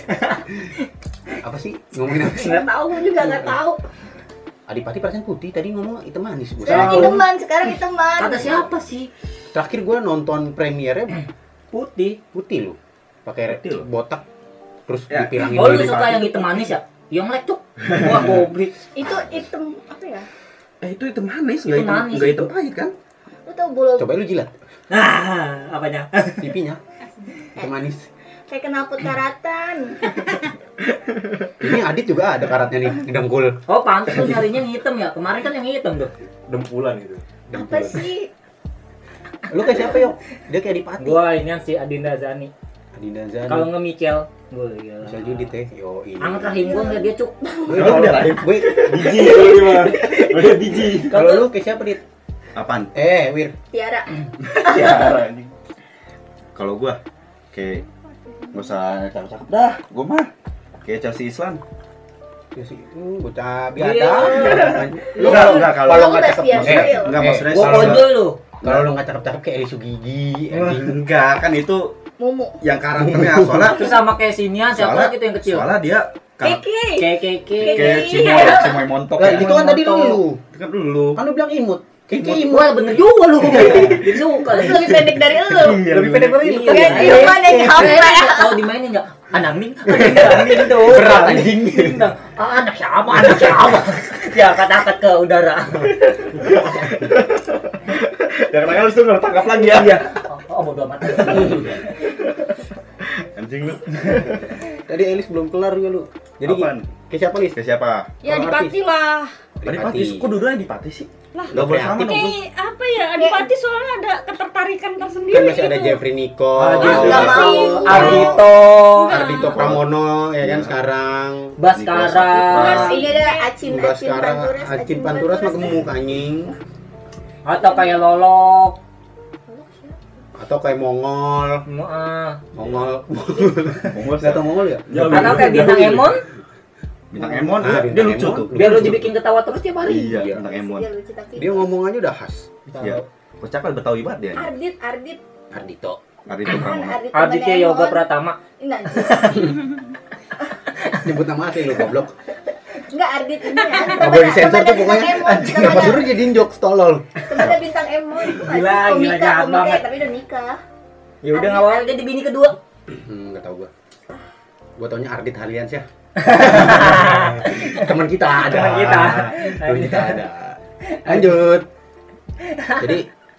Apa sih? Ngomongin apa sih? Enggak tahu gua juga enggak tahu. Adipati perasaan putih, tadi ngomong hitam manis. Gua Sekarang salah. iteman, sekarang iteman. Kata siapa sih? Terakhir gua nonton premiernya Putih. putih loh. Pakai Putih loh. botak terus Ya. dipilangin Oh, lu dulu. suka yang hitam manis ya? Yang lek cuk. Wah, goblok. Itu item apa ya? Eh itu itu manis, Itu nggak hitam, manis nggak itu. hitam pahit kan? Lu tau bulu Coba lu jilat Nah, apanya? pipinya. Hitam manis. kayak knalpot karatan. Ini Adit juga ada karatnya nih di dengkul. Oh, pantas lu nyarinya yang hitam ya. Kemarin kan yang hitam tuh. Dempulan gitu. Apa sih? Lu kayak siapa, Yok? Dia kayak Adipati. Gua ini si Adinda Zani. Adinda Zani. Kalau nge Michel, gua gila. bisa Judit ya. Yo, ini. Anget rahim gua ngeliat dia cuk. Gue Kalau kalau dia rahim. gue Biji kalau ini mah. Udah biji. kalau lu kayak siapa, Dit? Apaan? Eh, Wir. Tiara. Ya anjing. Kalau gua kayak nggak usah cakep-cakep dah, gua mah kayak Chelsea Islan. Ya sih, hmm, bocah Iya. biadab. Lu kalau nggak kalau kalau Lu nggak udah cakep, biasa eh, ya? nggak eh, maksudnya Gua kalau- konyol lu. kalau lu nggak cakep-cakep kayak Eli Sugigi, anjing. Enggak, kan itu Mumu. yang karakternya soalnya Terus sama kayak Sinian siapa soalnya, lagi tuh yang kecil? soalnya dia kan Keke. Kayak Keke. kayak Cimoy, Cimoy montok Lah, ya. itu kan tadi lu. Itu kan dulu. Kan lu bilang imut. Kayak kayak imut. Wah, bener juga lu. Dia suka. Terus lebih pendek dari lu. Iya, Lebih pendek dari imut. Iya. Kayak kan? Ilman yang Eh, nyampe. tahu dimainin enggak? Anak ning, anak ning tuh. Berat, anjing. Ah, anak siapa? Anak siapa? Ya, kata-kata ke udara. Yang kadang lu tuh nggak tangkap lagi ya. Iya. Oh, oh, bodo amat. Anjing lu. Tadi Elis belum kelar juga lu. Jadi Apaan? kayak siapa, Lis? Kayak siapa? Ya Kalau Adipati lah. Adipati. Kok dua-duanya Adipati sih? Lah, Enggak boleh sama dong. kayak apa ya? Adipati soalnya ada ketertarikan tersendiri Kan masih ada gitu. Jeffrey Nicole, Ah, Jeffrey Ardito, Nicole. Ardito, Ardito Pramono ya kan Iya. sekarang. Baskara. Terus ini ada Acin, Mbak Acin sekarang Panturas. Acin Panturas mah gemuk anjing. Atau kayak Lolok. Atau kayak Mongol. Ah. Mongol. Mongol Enggak tahu Mongol ya? Atau kayak Bintang Emon. Bintang Emon, Ah, dia Bintang lucu Emon. tuh. Biar lu dibikin ketawa terus tiap hari. Iya, Iya. Bintang Emon. Dia lucu tapi. Dia ngomong aja udah khas. Iya. Ucapan Betawi banget dia. Ardit, Ardit. Ardito. Ardito Kan Pramono. Ardit. Aditya temennya Yoga Emon. Pratama. Enggak, Nyebut nama asli lu goblok. enggak Ardit ini ya. Enggak boleh disensor tuh pokoknya. Anjing kenapa suruh jadiin jokes tolol. Temennya Bintang Emon. Gila, gila, komika, jahat komika, banget. tapi udah nikah. Ya udah enggak apa-apa jadi bini kedua. Hmm, enggak tahu gua. Gua taunya Ardit Haliansyah. Teman kita ada. Teman kita. Teman kita ada. Lanjut. Jadi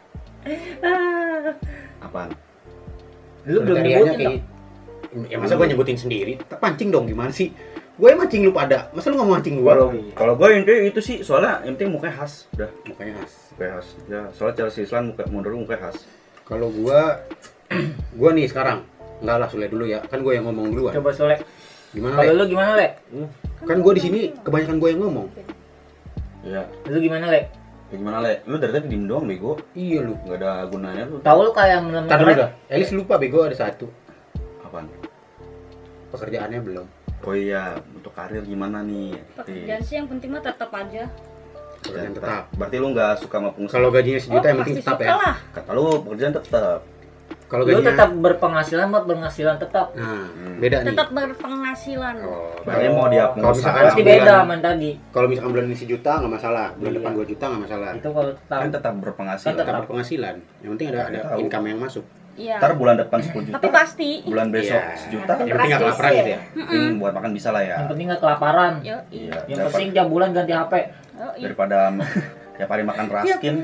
Apaan? Lu belum kriterianya nyebutin dong. kayak ya masa gua nyebutin sendiri? Pancing dong gimana sih? Gue yang mancing lu pada. Masa lu nggak mau mancing gua? Kalau kalau gue intinya itu sih soalnya yang penting mukanya khas, udah Mukanya khas. mukanya khas. Ya, soalnya Chelsea Islan muka menurut gue mukanya khas. Kalau gua gua nih sekarang enggak lah Sule dulu ya. Kan gua yang ngomong duluan. Coba Solek. Gimana, Kalau Le? lu gimana, Le? Kan gua di sini kebanyakan gua yang ngomong. Iya. Lu gimana, Le? Ya gimana le? Lu dari tadi diem doang bego. Iya lu. Gak ada gunanya lu. Tahu lu kayak menemukan Entar dulu dah. Elis lupa bego ada satu. Apaan? Pekerjaannya belum. Oh iya, untuk karir gimana nih? Pekerjaan sih yang penting mah tetap aja. Pekerjaan tetap. Berarti lu nggak suka sama pengusaha? Kalau gajinya sejuta yang penting pasti tetap suka ya. lah. Kata lu pekerjaan tetap. Kalau Lu gajinya tetap berpenghasilan, buat penghasilan tetap. nah, beda nih. Tetap berpenghasilan. Oh, Berarti mau dia kalau misalkan Berarti sebulan- beda sama yang tadi. Kalau misalkan bulan ini sejuta nggak masalah, bulan Iya. depan dua juta nggak masalah. Itu kalau tetap. kan tetap berpenghasilan. Tetap berpenghasilan. Yang penting ada ada Tahu. income yang masuk. Iya. Ntar bulan depan sepuluh juta. Tapi pasti. Bulan besok Iya. sejuta. Yang penting nggak kelaparan gitu ya. Penting buat makan bisa lah ya. Yang penting nggak kelaparan. Yo. Iya. Yang dapat- penting tiap bulan ganti H P. Oh, iya. daripada tiap hari makan raskin.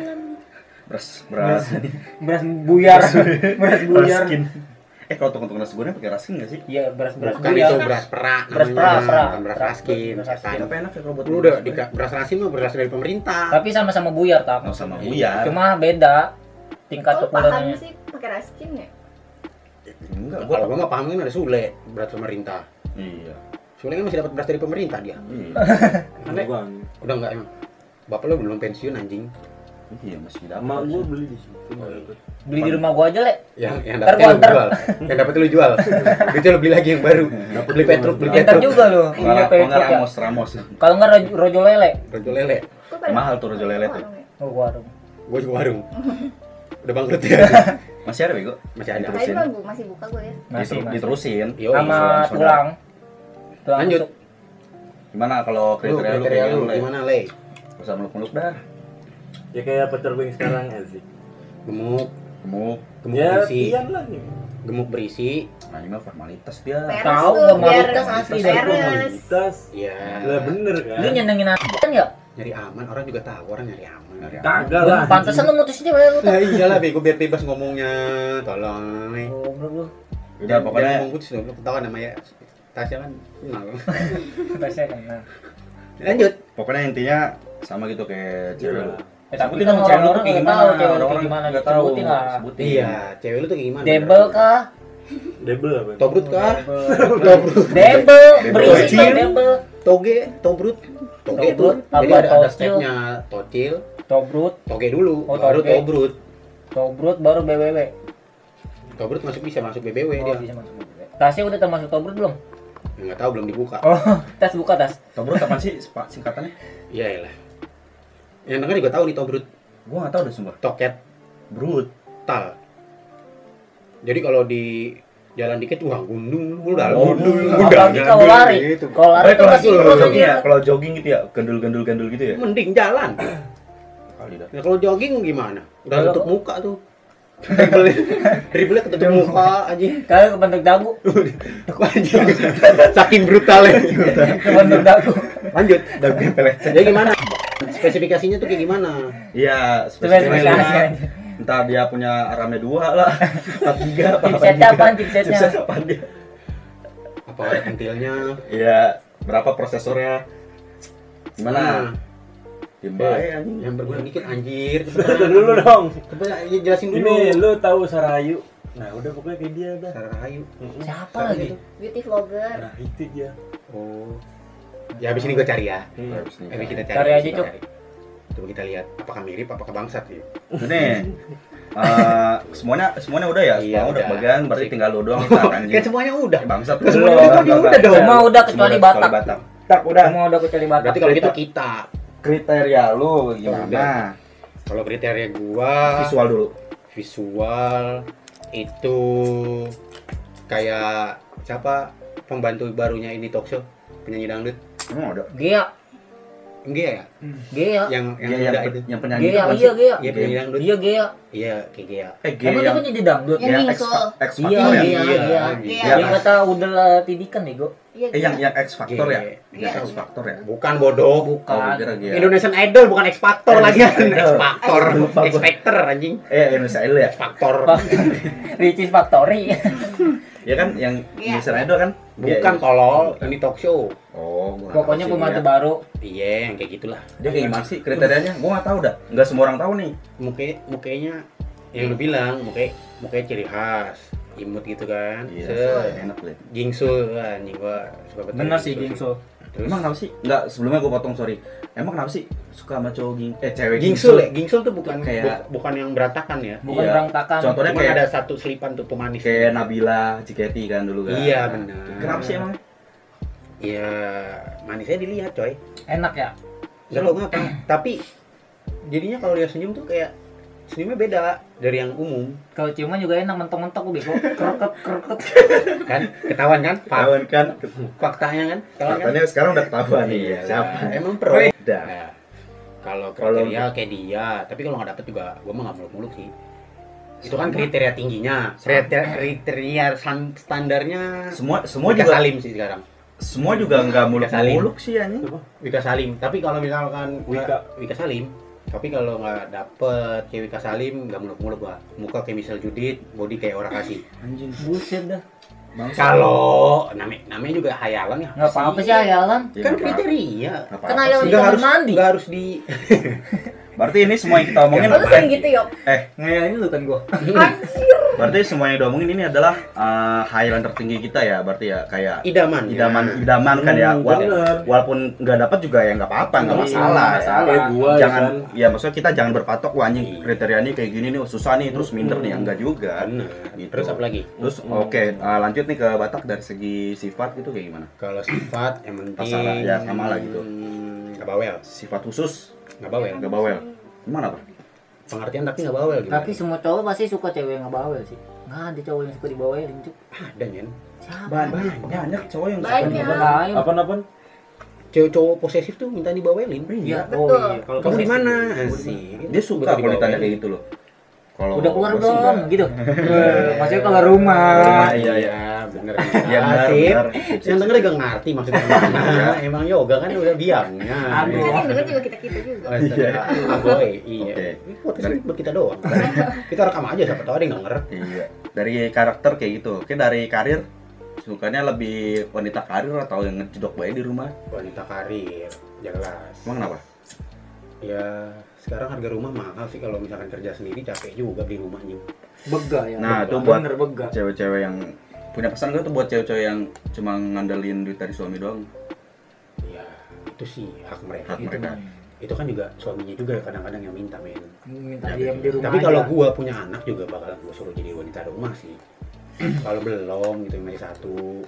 Beras beras Beras buyar. Beras buyar. raskin. Eh kalau tukang-tukang nasi goreng pakai raskin nggak sih? Iya, beras-beras Bukan buyar. itu beras perak Beras namanya, perak, perak. bukan beras raskin. Beras raskin. setan. Tapi enak ya kalau buat Lu udah di beras raskin mah beras dari pemerintah. Tapi sama-sama buyar tak. Oh, sama buyar. Cuma beda tingkat Oh, paham kepulangannya. sih pakai raskin ya? Enggak, gua Kalau gua mah paham kan ada Sule beras pemerintah. Iya. Sule kan masih dapat beras dari pemerintah dia. Iya. Aneh. Bang. Udah enggak emang. Bapak lu belum pensiun anjing. Iya masih dapat. Sama gua beli di situ. nggak dapet. Beli di rumah gua aja, Le. Yang yang Ntar dapat gua lu anter. jual. Yang dapat lu jual. Itu lu beli lagi yang baru. Beli Petruk, beli Entar Petruk. juga lu. Iya, Enggak, Petruk enggak ya. Ramos, Ramos. Kalau enggak rojo, rojo lele. Rojo lele. Kok pada- Mahal tuh rojo lele tuh. warung ya? Oh, warung. Gua juga warung. Udah bangkrut ya. Masih ada bego? Masih ada. Tadi Terusin. mah bu- masih buka gue ya. Masih, Diteru- masih. Diterusin. Yo, Sama soda. tulang. Tulang Lanjut. tusuk. Gimana kalau Lu kriteria lu kriteria kayak lu Le? gimana, Le? Gak usah meluk-meluk dah. Ya kayak pacar gue yang sekarang sih. Gemuk, Gemuk. gemuk Ya, berisi. pian lah nih. Gemuk berisi. Nah ini mah formalitas dia. Peres Tahu, tuh, formalitas biar asli Dasar dari peres. formalitas. Iya. Lah bener kan? Lu nyenengin kan ya? Nyari aman, orang juga tahu orang nyari aman. Kagak lah. Pantesan lu mutusin cewek lu. Nah, iyalah bego biar bebas ngomongnya. Tolong. Goblok lu. Udah pokoknya ngomong putus dulu, tahu kan namanya Tasya kan kenal. Tasnya kan. Nah. Lanjut. pokoknya intinya sama gitu kayak cewek lu. Eh, tapi Sebutin kan dong cewek lu orang-orang tuh kayak nggak gimana? tahu cewek lu kayak Orang-orang gimana. nggak tahu. Sebutin lah. Sebutin. Iya, cewek lu tuh kayak gimana? Debel kah? Debel apa? Tobrut kah? Debel. Tobrut. Debel. Debel. Berisik Tocil. tuh debel. Toge, tobrut. Toge tuh. Tobrut, Jadi apa, ada, ada tocil? stepnya tocil, Tobrut. toge dulu, Oh, baru toge. tobrut. Tobrut baru B W W. Tobrut masuk bisa masuk B B W Oh, dia. bisa masuk B W W. Tasnya udah termasuk Tobrut belum? Enggak tahu belum dibuka. Oh, tas buka tas. Tobrut apa sih Pak, singkatannya? Iya lah. Yang denger juga tahu nih tobrut. Gua nggak tahu deh sumpah. Toket Brut. tal. Jadi kalau di jalan dikit wah gundung udah Oh, gundul Apalagi kalau lari. gitu. Kalau lari Tapi tuh kalau masih kalau ikut jogging ya, aja. kalau jogging gitu ya, gandul-gandul-gandul gitu ya. Mending jalan. Kali dah. Ya kalau jogging gimana? Udah Kalau- tutup muka tuh. Dribble dribble ketutup muka aja. Kagak kebentuk dagu. Anjing. Saking brutalnya. Kebentuk dagu. Lanjut. Dagu yang pelecet. Jadi gimana? Spesifikasinya tuh kayak gimana? Iya, Spesifikasi. spesifikasinya. Entah dia punya RAM-nya dua lah, atau tiga, apa Chipsetnya apaan chipsetnya? Chipset apaan dia? Apa ada pentilnya? Iya, berapa prosesornya? Gimana? Diem Eh, bae anjing. yang berguna dikit anjir. Tunggu dulu dong. Coba ya, jelasin dulu. Ini lu tahu Sarayu? Nah, udah pokoknya kayak dia dah. Sarah Rahayu. Siapa lagi? Beauty vlogger. Nah, itu dia. Oh. Ya habis ini gue cari ya. Iya. Habis nih. Habis kita cari. Cari aja, kita Cuk. cari. Coba kita lihat apakah mirip apakah bangsat ya. Ini eh, semuanya semuanya udah ya, Iya, semua udah udah. bagian, berarti tinggal lu doang ntar, anjing. Kan semuanya udah. Eh, bangsat. Semuanya Belum, udah, belum, udah belum. dong. Semua udah kecuali Semua Batak. Batak. Tak Semua udah kecuali Batak. Berarti kalau gitu kita. Kriteria lu gimana? Udah. Kalau kriteria gua Visual dulu. visual itu kayak siapa pembantu barunya ini talk show penyanyi dangdut Emang ada? Gia, enggak ya Gia. yang yang Iya, muda yang, itu yang penyanyi Gia, itu iya masih- Gia. iya penyanyi dangdut Iya Gia. iya kayak Gia Eh, G Emang dia yang kan jadi dangdut? Yang yang X, bingsul. X Iya, Factor ya? iya, Iya, iya. iya. Dia Iya. kata udah tidikan nego. Iya, Eh, yang iya. yang X Factor ya? Iya. Yang X Factor ya? bukan bodoh Oh, Bukan. kira G. Indonesian Idol bukan X Factor Eh, lagi X Factor. X Factor Lupa X gua. Factor anjing Eh, Indonesia Idol ya? X Factor Ricis Factory. Ya kan yang Iya. Indonesia Idol kan? bukan Iya, tolol ini talk show Oh, gua nggak Pokoknya tahu sih pembantu dia. baru. iya yang kayak gitulah Dia kayak gimana sih kriterianya? Gua nggak tahu dah. Nggak semua orang tahu nih. muka mukanya yang lu bilang muka mukanya ciri khas imut gitu kan Iya, Set. enak deh. Gingsul wah anjing gua suka banget Bener sih Gingsul. terus Emang kenapa sih? Enggak, sebelumnya gua potong, sorry. Emang kenapa sih suka sama cowok ging eh cewek Gingsul ya Gingsul tuh bukan Kayak- bu- bukan yang berantakan ya Bukan Iya. berantakan. Contohnya Cuman kayak ada satu selipan tuh pemanis kayak Nabila, Ciketi kan dulu kan. Iya, benar. Kenapa sih emang? ya manisnya dilihat coy Enak ya? nggak tau ngapa tapi jadinya kalau dia senyum tuh kayak senyumnya beda dari yang umum. Kalau ciuman juga enak mentok-mentok gue bego. Kreket kreket. Kan ketahuan kan? Fak- Kawan kan, faktanya kan? Ketahuan kan? faktanya sekarang udah ketahuan nih. Iya, Siapa? emang pro. Udah. Nah, kalau Kalau- kriteria kayak dia, tapi kalau nggak dapet juga gue mah nggak muluk-muluk sih. Itu kan kriteria tingginya, kriteria, kriteria san- standarnya Semua semua Wika juga Salim sih sekarang. semua juga nggak Wika Salim. muluk-muluk sih anjing. Wika Salim. Tapi kalau misalkan Wika. Wika Salim, tapi kalau nggak dapet kayak Wika Salim, nggak muluk-muluk gua. Muka kayak Michelle Judith, body kayak orang kasih. Anjing. Buset dah. Kalau namanya namanya juga hayalan ya. Enggak apa-apa sih hayalan. Ya, Kan nggak kriteria. apa-apa Kan sih. hayalan Nggak kamar harus mandi. nggak harus di. Berarti ini semua yang kita omongin Lu sering gitu Yok. eh Ngayalin lu kan gua. berarti semua yang diomongin ini adalah uh, highland tertinggi kita ya, berarti ya kayak Idaman. idaman idaman kan ya. Hmm, Wala- bener. walaupun nggak dapat juga ya nggak apa-apa, nggak Iya, masalah. nggak ya. masalah. Kayak gua Jangan kan. ya maksudnya kita jangan berpatok wah anjing Iya. kriteria ini kayak gini nih susah nih terus minder nih, enggak juga. Bener. Gitu. Terus apa lagi? Terus oke, uh, lanjut nih ke Batak dari segi sifat gitu kayak gimana? Kalau sifat yang penting Pasaran, ya, sama lah gitu. hmm, nggak bawel, Sifat khusus nggak bawel. nggak bawel. Gimana, Pak? Pengertian tapi nggak bawel gimana? Tapi semua cowok pasti suka cewek yang ngebawel sih. Nggak ada cowok yang suka dibawelin, Cuk. ada Nyen. Siapa? Banyak, banyak cowok yang suka Banyak. dibawel. Lain. Apaan-apaan? Cowok-cowok posesif tuh minta dibawelin. Iya, Betul. oh iya. Kalau Kamu di posesif. mana? Gua di Sih. Dia suka kalau ditanya kayak gitu loh. Kalau Udah keluar gua sih belum? nggak. Gitu. Maksudnya kalau rumah. Rumah, Iya iya, iya bener. Iya, benar, Sip. benar. Yang denger juga ngerti maksudnya gimana. Emang yoga kan udah biangnya. Aduh. Kan yang denger juga kita-kita juga. Astaga, Agoy, iya. Oke. Ini podcast ini buat kita doang. Kita rekam aja siapa tahu ada yang denger. Iya. Dari karakter kayak gitu. Oke, dari karir sukanya lebih wanita karir atau yang ngejedok bayi di rumah? Wanita karir, jelas. Emang kenapa? Ya sekarang harga rumah mahal sih kalau misalkan kerja sendiri capek juga beli rumahnya. Bega ya. Nah, bega. itu buat bener bega. Cewek-cewek yang punya pesan gak tuh buat cewek-cewek yang cuma ngandelin duit dari suami doang? Ya itu sih hak mereka. Hak Itu mereka. mah. Itu kan juga suaminya juga kadang-kadang yang minta men. Minta Ya, diam di rumah. Tapi kalau aja. gua punya anak juga bakalan gua suruh jadi wanita rumah sih. Kalau belum gitu masih satu.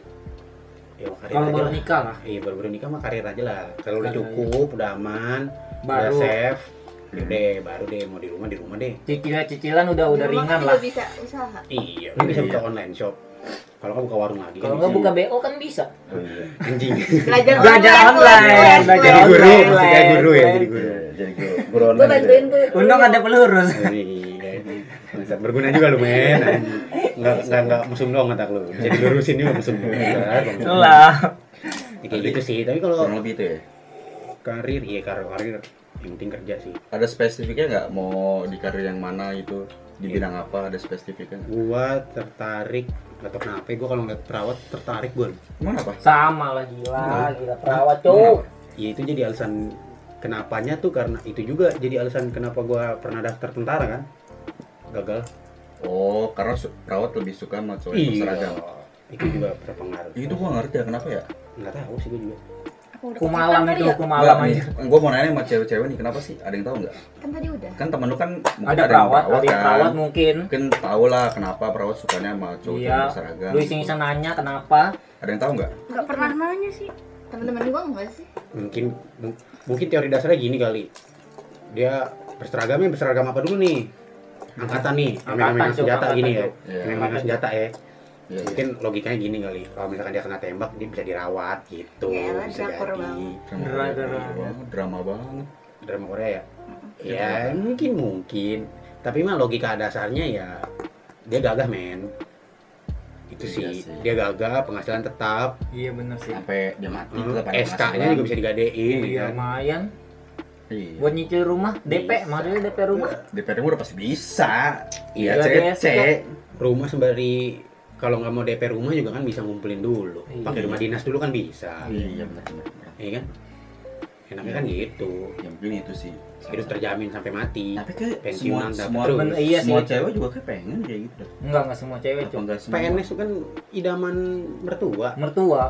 Ya karir kalau aja baru lah. nikah lah. Iya baru baru nikah mah karir aja lah. Kalau udah Karir cukup, udah aman, udah Baru safe, ya deh baru deh mau di rumah di rumah deh. cicilan-cicilan udah udah Di rumah ringan kan lah. juga bisa usaha. Iya, lu bisa Iya. buka online shop. Kalau nggak buka warung lagi Kalau kan nggak bisa. buka B O kan bisa. Oh, iya. Anjing. Belajar Belajar online, online, les, belajar Jadi les. guru, online. jadi guru ya, jadi guru. Iya, jadi guru, guru Gue online gitu bantuin ya. tuh. Untung ada pelurus. Iya. Bangsat, berguna juga lu men. anjing. Nggak nggak nggak musim doang kata lu. Jadi lurusin juga musim. Bangsat, bangsat. Lah. Ya, kayak gitu sih. Tapi kalau Kurang lebih itu ya. karir, iya karir karir yang penting kerja sih. Ada spesifiknya nggak mau di karir yang mana itu, di bidang apa, ada spesifiknya nggak? Gua tertarik atau kenapa? Gua kalau ngeliat perawat tertarik gue. Emang apa? Sama lah gila, gila perawat cowok. Ya itu jadi alasan kenapanya tuh karena itu juga jadi alasan kenapa gua pernah daftar tentara kan. Gagal. Oh, karena su- perawat lebih suka sama cowok yang berseragam. Itu juga berpengaruh. Itu gua ngerti ya kenapa ya. Nggak tahu sih gua juga. Aku udah Kumalam kecepatan itu, kali ya? kumalam Nggak, aja. nih, gua mau nanya sama cewek-cewek nih kenapa sih? Ada yang tahu nggak? Kan tadi udah. Kan temen lu kan mungkin Ada yang perawat, ada yang kan. perawat mungkin. Mungkin tahu lah kenapa perawat sukanya sama cowok Iya. yang berseragam. Lu iseng-iseng nanya kenapa? Ada yang tahu nggak? Nggak pernah nanya sih. Temen-temen gue enggak sih? Mungkin mung- mungkin teori dasarnya gini kali. Dia berseragamnya berseragam apa dulu nih? Angkatan nih, Angkatan, main-main Cuk, senjata angkatan, gini ya. Cuk. Iya. Main-main senjata ya. Iya, Mungkin logikanya gini kali. Kalau misalkan dia kena tembak, dia bisa dirawat gitu. Yaelah, Bisa drakor jadi. banget. Drama, Drama, drama, drama. drama banget. Drama Korea ya? Iya, Ya drama. mungkin mungkin. Tapi mah logika dasarnya ya dia gagah men. Itu Iya sih. sih. Dia gagah, penghasilan tetap. Iya bener sih. Sampai dia mati Hmm, tetap ada S K-nya penghasilan. juga bisa digadein. Iya kan? lumayan. Iya. Buat nyicil rumah, D P, Bisa. maksudnya D P rumah. D P R udah pasti bisa. Iya, Iya, C C. Rumah sembari kalau nggak mau D P rumah juga kan bisa ngumpulin dulu. Iya. Pakai rumah dinas dulu kan bisa. Iya, benar benar. Iya kan? Enaknya kan gitu. Ya mungkin itu sih. Hidup terjamin sampai mati. Tapi kayak semua Pensiunan dapat semua, terus. Bener, iya semua sih. cewek juga kayak pengen kayak gitu. Enggak, enggak semua cewek, Apa Cuk. enggak semua? P N S itu kan idaman mertua, Mertua.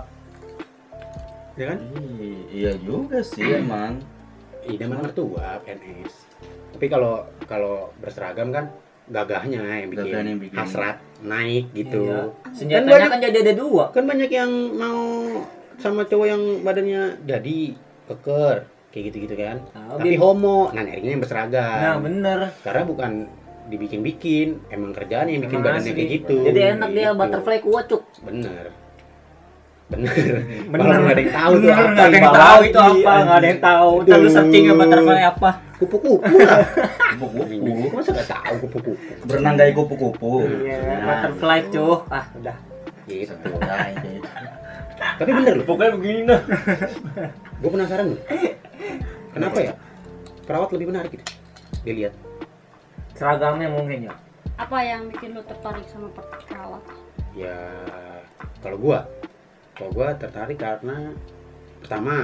ya kan? Ih, Iya juga sih emang. Idaman mertua P N S. Tapi kalau kalau berseragam kan gagahnya yang bikin, Gagahnya yang bikin. hasrat naik gitu. Iya. Kan Senjatanya banyak- kan jadi ada dua. Kan banyak yang mau sama cowok yang badannya jadi keker kayak gitu-gitu kan. Nah, Tapi dia- homo, nah nyarinya yang berseragam. Nah, bener. Karena bukan dibikin-bikin, emang kerjaannya yang bikin Emang badannya asli. kayak gitu. Jadi enak dia Gitu. butterfly kuat cuk. Bener. Bener. Bener. Malah nggak ada yang tahu tuh Bener, apa. nggak ada yang Imbal tahu lagi, itu apa, nggak ada yang tahu. Ntar lu Aduh. searching ya butterfly apa. Kupu-kupu lah. Kupu-kupu. Masa nggak tahu kupu-kupu? Berenang kayak kupu-kupu. Iya, butterfly cuk. Ah, udah. Gitu. Nah, gitu. Tapi bener loh. Pokoknya begini nah. Gue penasaran loh. Kenapa ya? Perawat lebih menarik gitu. Dilihat. Seragamnya mungkin ya. Apa yang bikin lu tertarik sama perawat? Ya kalau gua, kalau gua tertarik karena pertama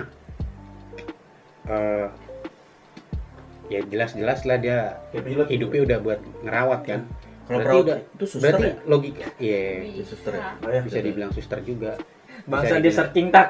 eh ya jelas-jelas lah dia Kayak pilot. hidupnya udah buat ngerawat kan. Kalau Berarti perawat udah itu suster berarti ya? logika iya Suster ya? Oh, ya. bisa dibilang suster juga. Bangsa Bisa dia dibilang. searching tak.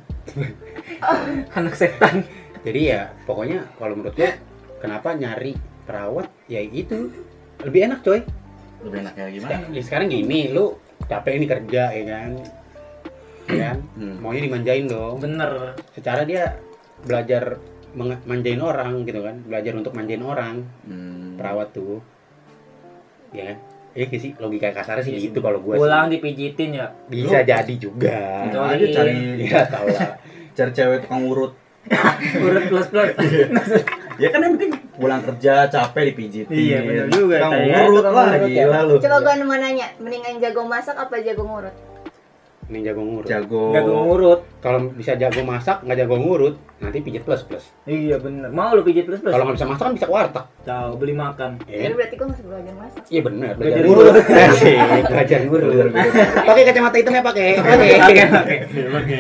Anak setan. Jadi ya pokoknya kalau menurut gua kenapa nyari perawat ya itu lebih enak coy. Lebih enak kayak gimana? Sek- ya sekarang gini lu capek nih kerja ya kan. Ya kan? Hmm. Maunya dimanjain dong. Bener. Secara dia belajar menge- manjain orang gitu kan, belajar untuk manjain orang. Hmm. Perawat tuh ya kan. Iya nggak sih logika kasarnya sih Iya gitu kalau gua Pulang sih. dipijitin ya. Bisa jadi juga. Coba aja cari Ya tahu lah. cari cewek tukang urut. Urut plus plus. Ya kan yang penting pulang kerja capek dipijitin. Iya, bener juga. Tukang Tanya, urut tukang lah, urut ya. gila lu. Coba gua mau nanya, mendingan jago masak apa jago ngurut? Ini jago ngurut. Jago. Enggak gue ngurut. Kalau bisa jago masak nggak jago ngurut, nanti pijit plus plus. Iya bener. Mau lu pijit plus plus? Kalau nggak bisa masak kan bisa ke warteg. Tahu beli makan. Ya Jadi kan? berarti gua masih belajar masak. Iya benar. Belajar Belajar ngurut. ngurut. Asik, belajar ngurut. Pakai kacamata hitamnya pakai. Oke. Oke oke. Oke.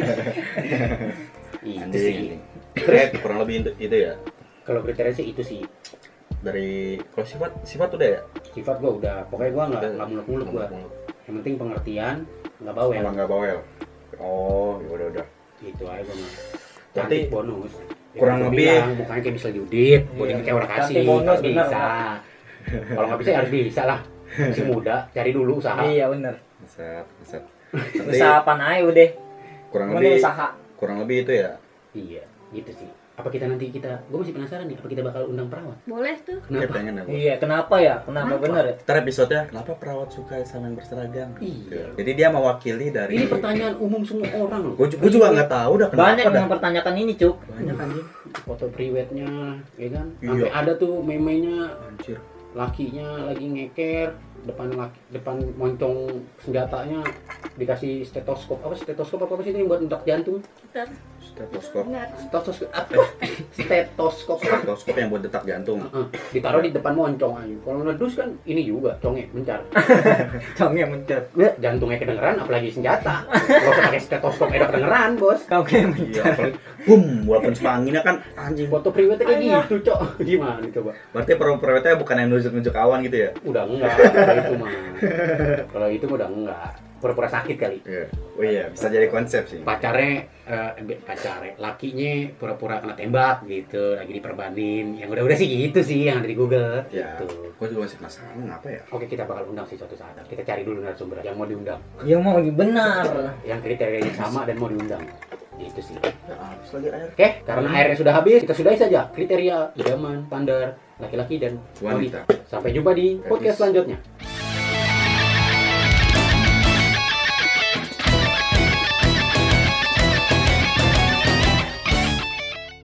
Itu sih. Anjing. Terus kurang lebih itu, itu ya. Kalau kriteria sih itu sih. Dari kalau sifat sifat udah ya. Sifat gua udah, pokoknya gua nggak nggak muluk-muluk gua. Yang penting pengertian, nggak bawel. Emang nggak bawel. Oh, ya udah udah. Gitu aja gua mah. Berarti Cantik bonus. Ya, kurang gua lebih- bilang, mukanya kayak bisa diudit, bodinya kayak orang Cantik kasih, bonus, harus bener. bisa. Kalau nggak bisa ya harus bisa lah. Masih muda, cari dulu usaha. Iya bener. Set, set. Usaha apa aja udah. Kurang Mending lebih usaha. kurang lebih itu ya. Iya, gitu sih. Apa kita nanti kita, gue masih penasaran nih, apa kita bakal undang perawat? Boleh tuh. Kayak Kenapa? pengen ya. gua. Iya kenapa ya? Kenapa bener ya? Ntar episode-nya kenapa perawat suka sama yang berseragam? Iya. Jadi dia mewakili dari Ini pertanyaan umum semua orang loh. Gue juga nggak tahu dah kenapa Banyak dah. yang mempertanyakan ini cuk. Banyak anjing. Foto priwetnya, ya kan? Iya. Sampai ada tuh meme-nya Anjir. lakinya lagi ngeker, depan laki, depan moncong senjatanya dikasih stetoskop apa stetoskop apa sih itu yang buat detak jantung? Bentar. Stetoskop. Benar. Stetoskop apa? Stetoskop. Stetoskop yang buat detak jantung. Heeh, ditaruh di depan moncong aja. Kalau meletus kan ini juga conge mencar. Conge mencet. Ya, jantungnya kedengeran apalagi senjata. Kalau usah pakai stetoskop udah kedengeran, Bos. Conge mencet. Iya, apalagi boom, walaupun sepanginnya kan anjing. Foto priwetnya kayak gitu, Cok. Gimana coba? Berarti perawat-perawatnya bukan yang nunjuk-nunjuk awan gitu ya? Udah enggak, kalau itu mah. Kalau itu mah udah enggak. Pura-pura sakit kali. Iya. Oh iya, bisa jadi konsep sih. Pacarnya eh pacarnya lakinya pura-pura kena tembak gitu, lagi diperbanin. Yang udah-udah sih gitu sih yang ada di Google. Ya, Gitu. gue juga masih penasaran apa ya? Oke, kita bakal undang sih suatu saat. Kita cari dulu narasumber yang mau diundang. Ya mau benar. Yang kriterianya sama dan mau diundang. Itu sih. Ya, habis lagi air. Oke, karena airnya sudah habis, kita sudahi saja kriteria idaman, standar, laki-laki dan Wanita. wanita. Sampai jumpa di podcast selanjutnya.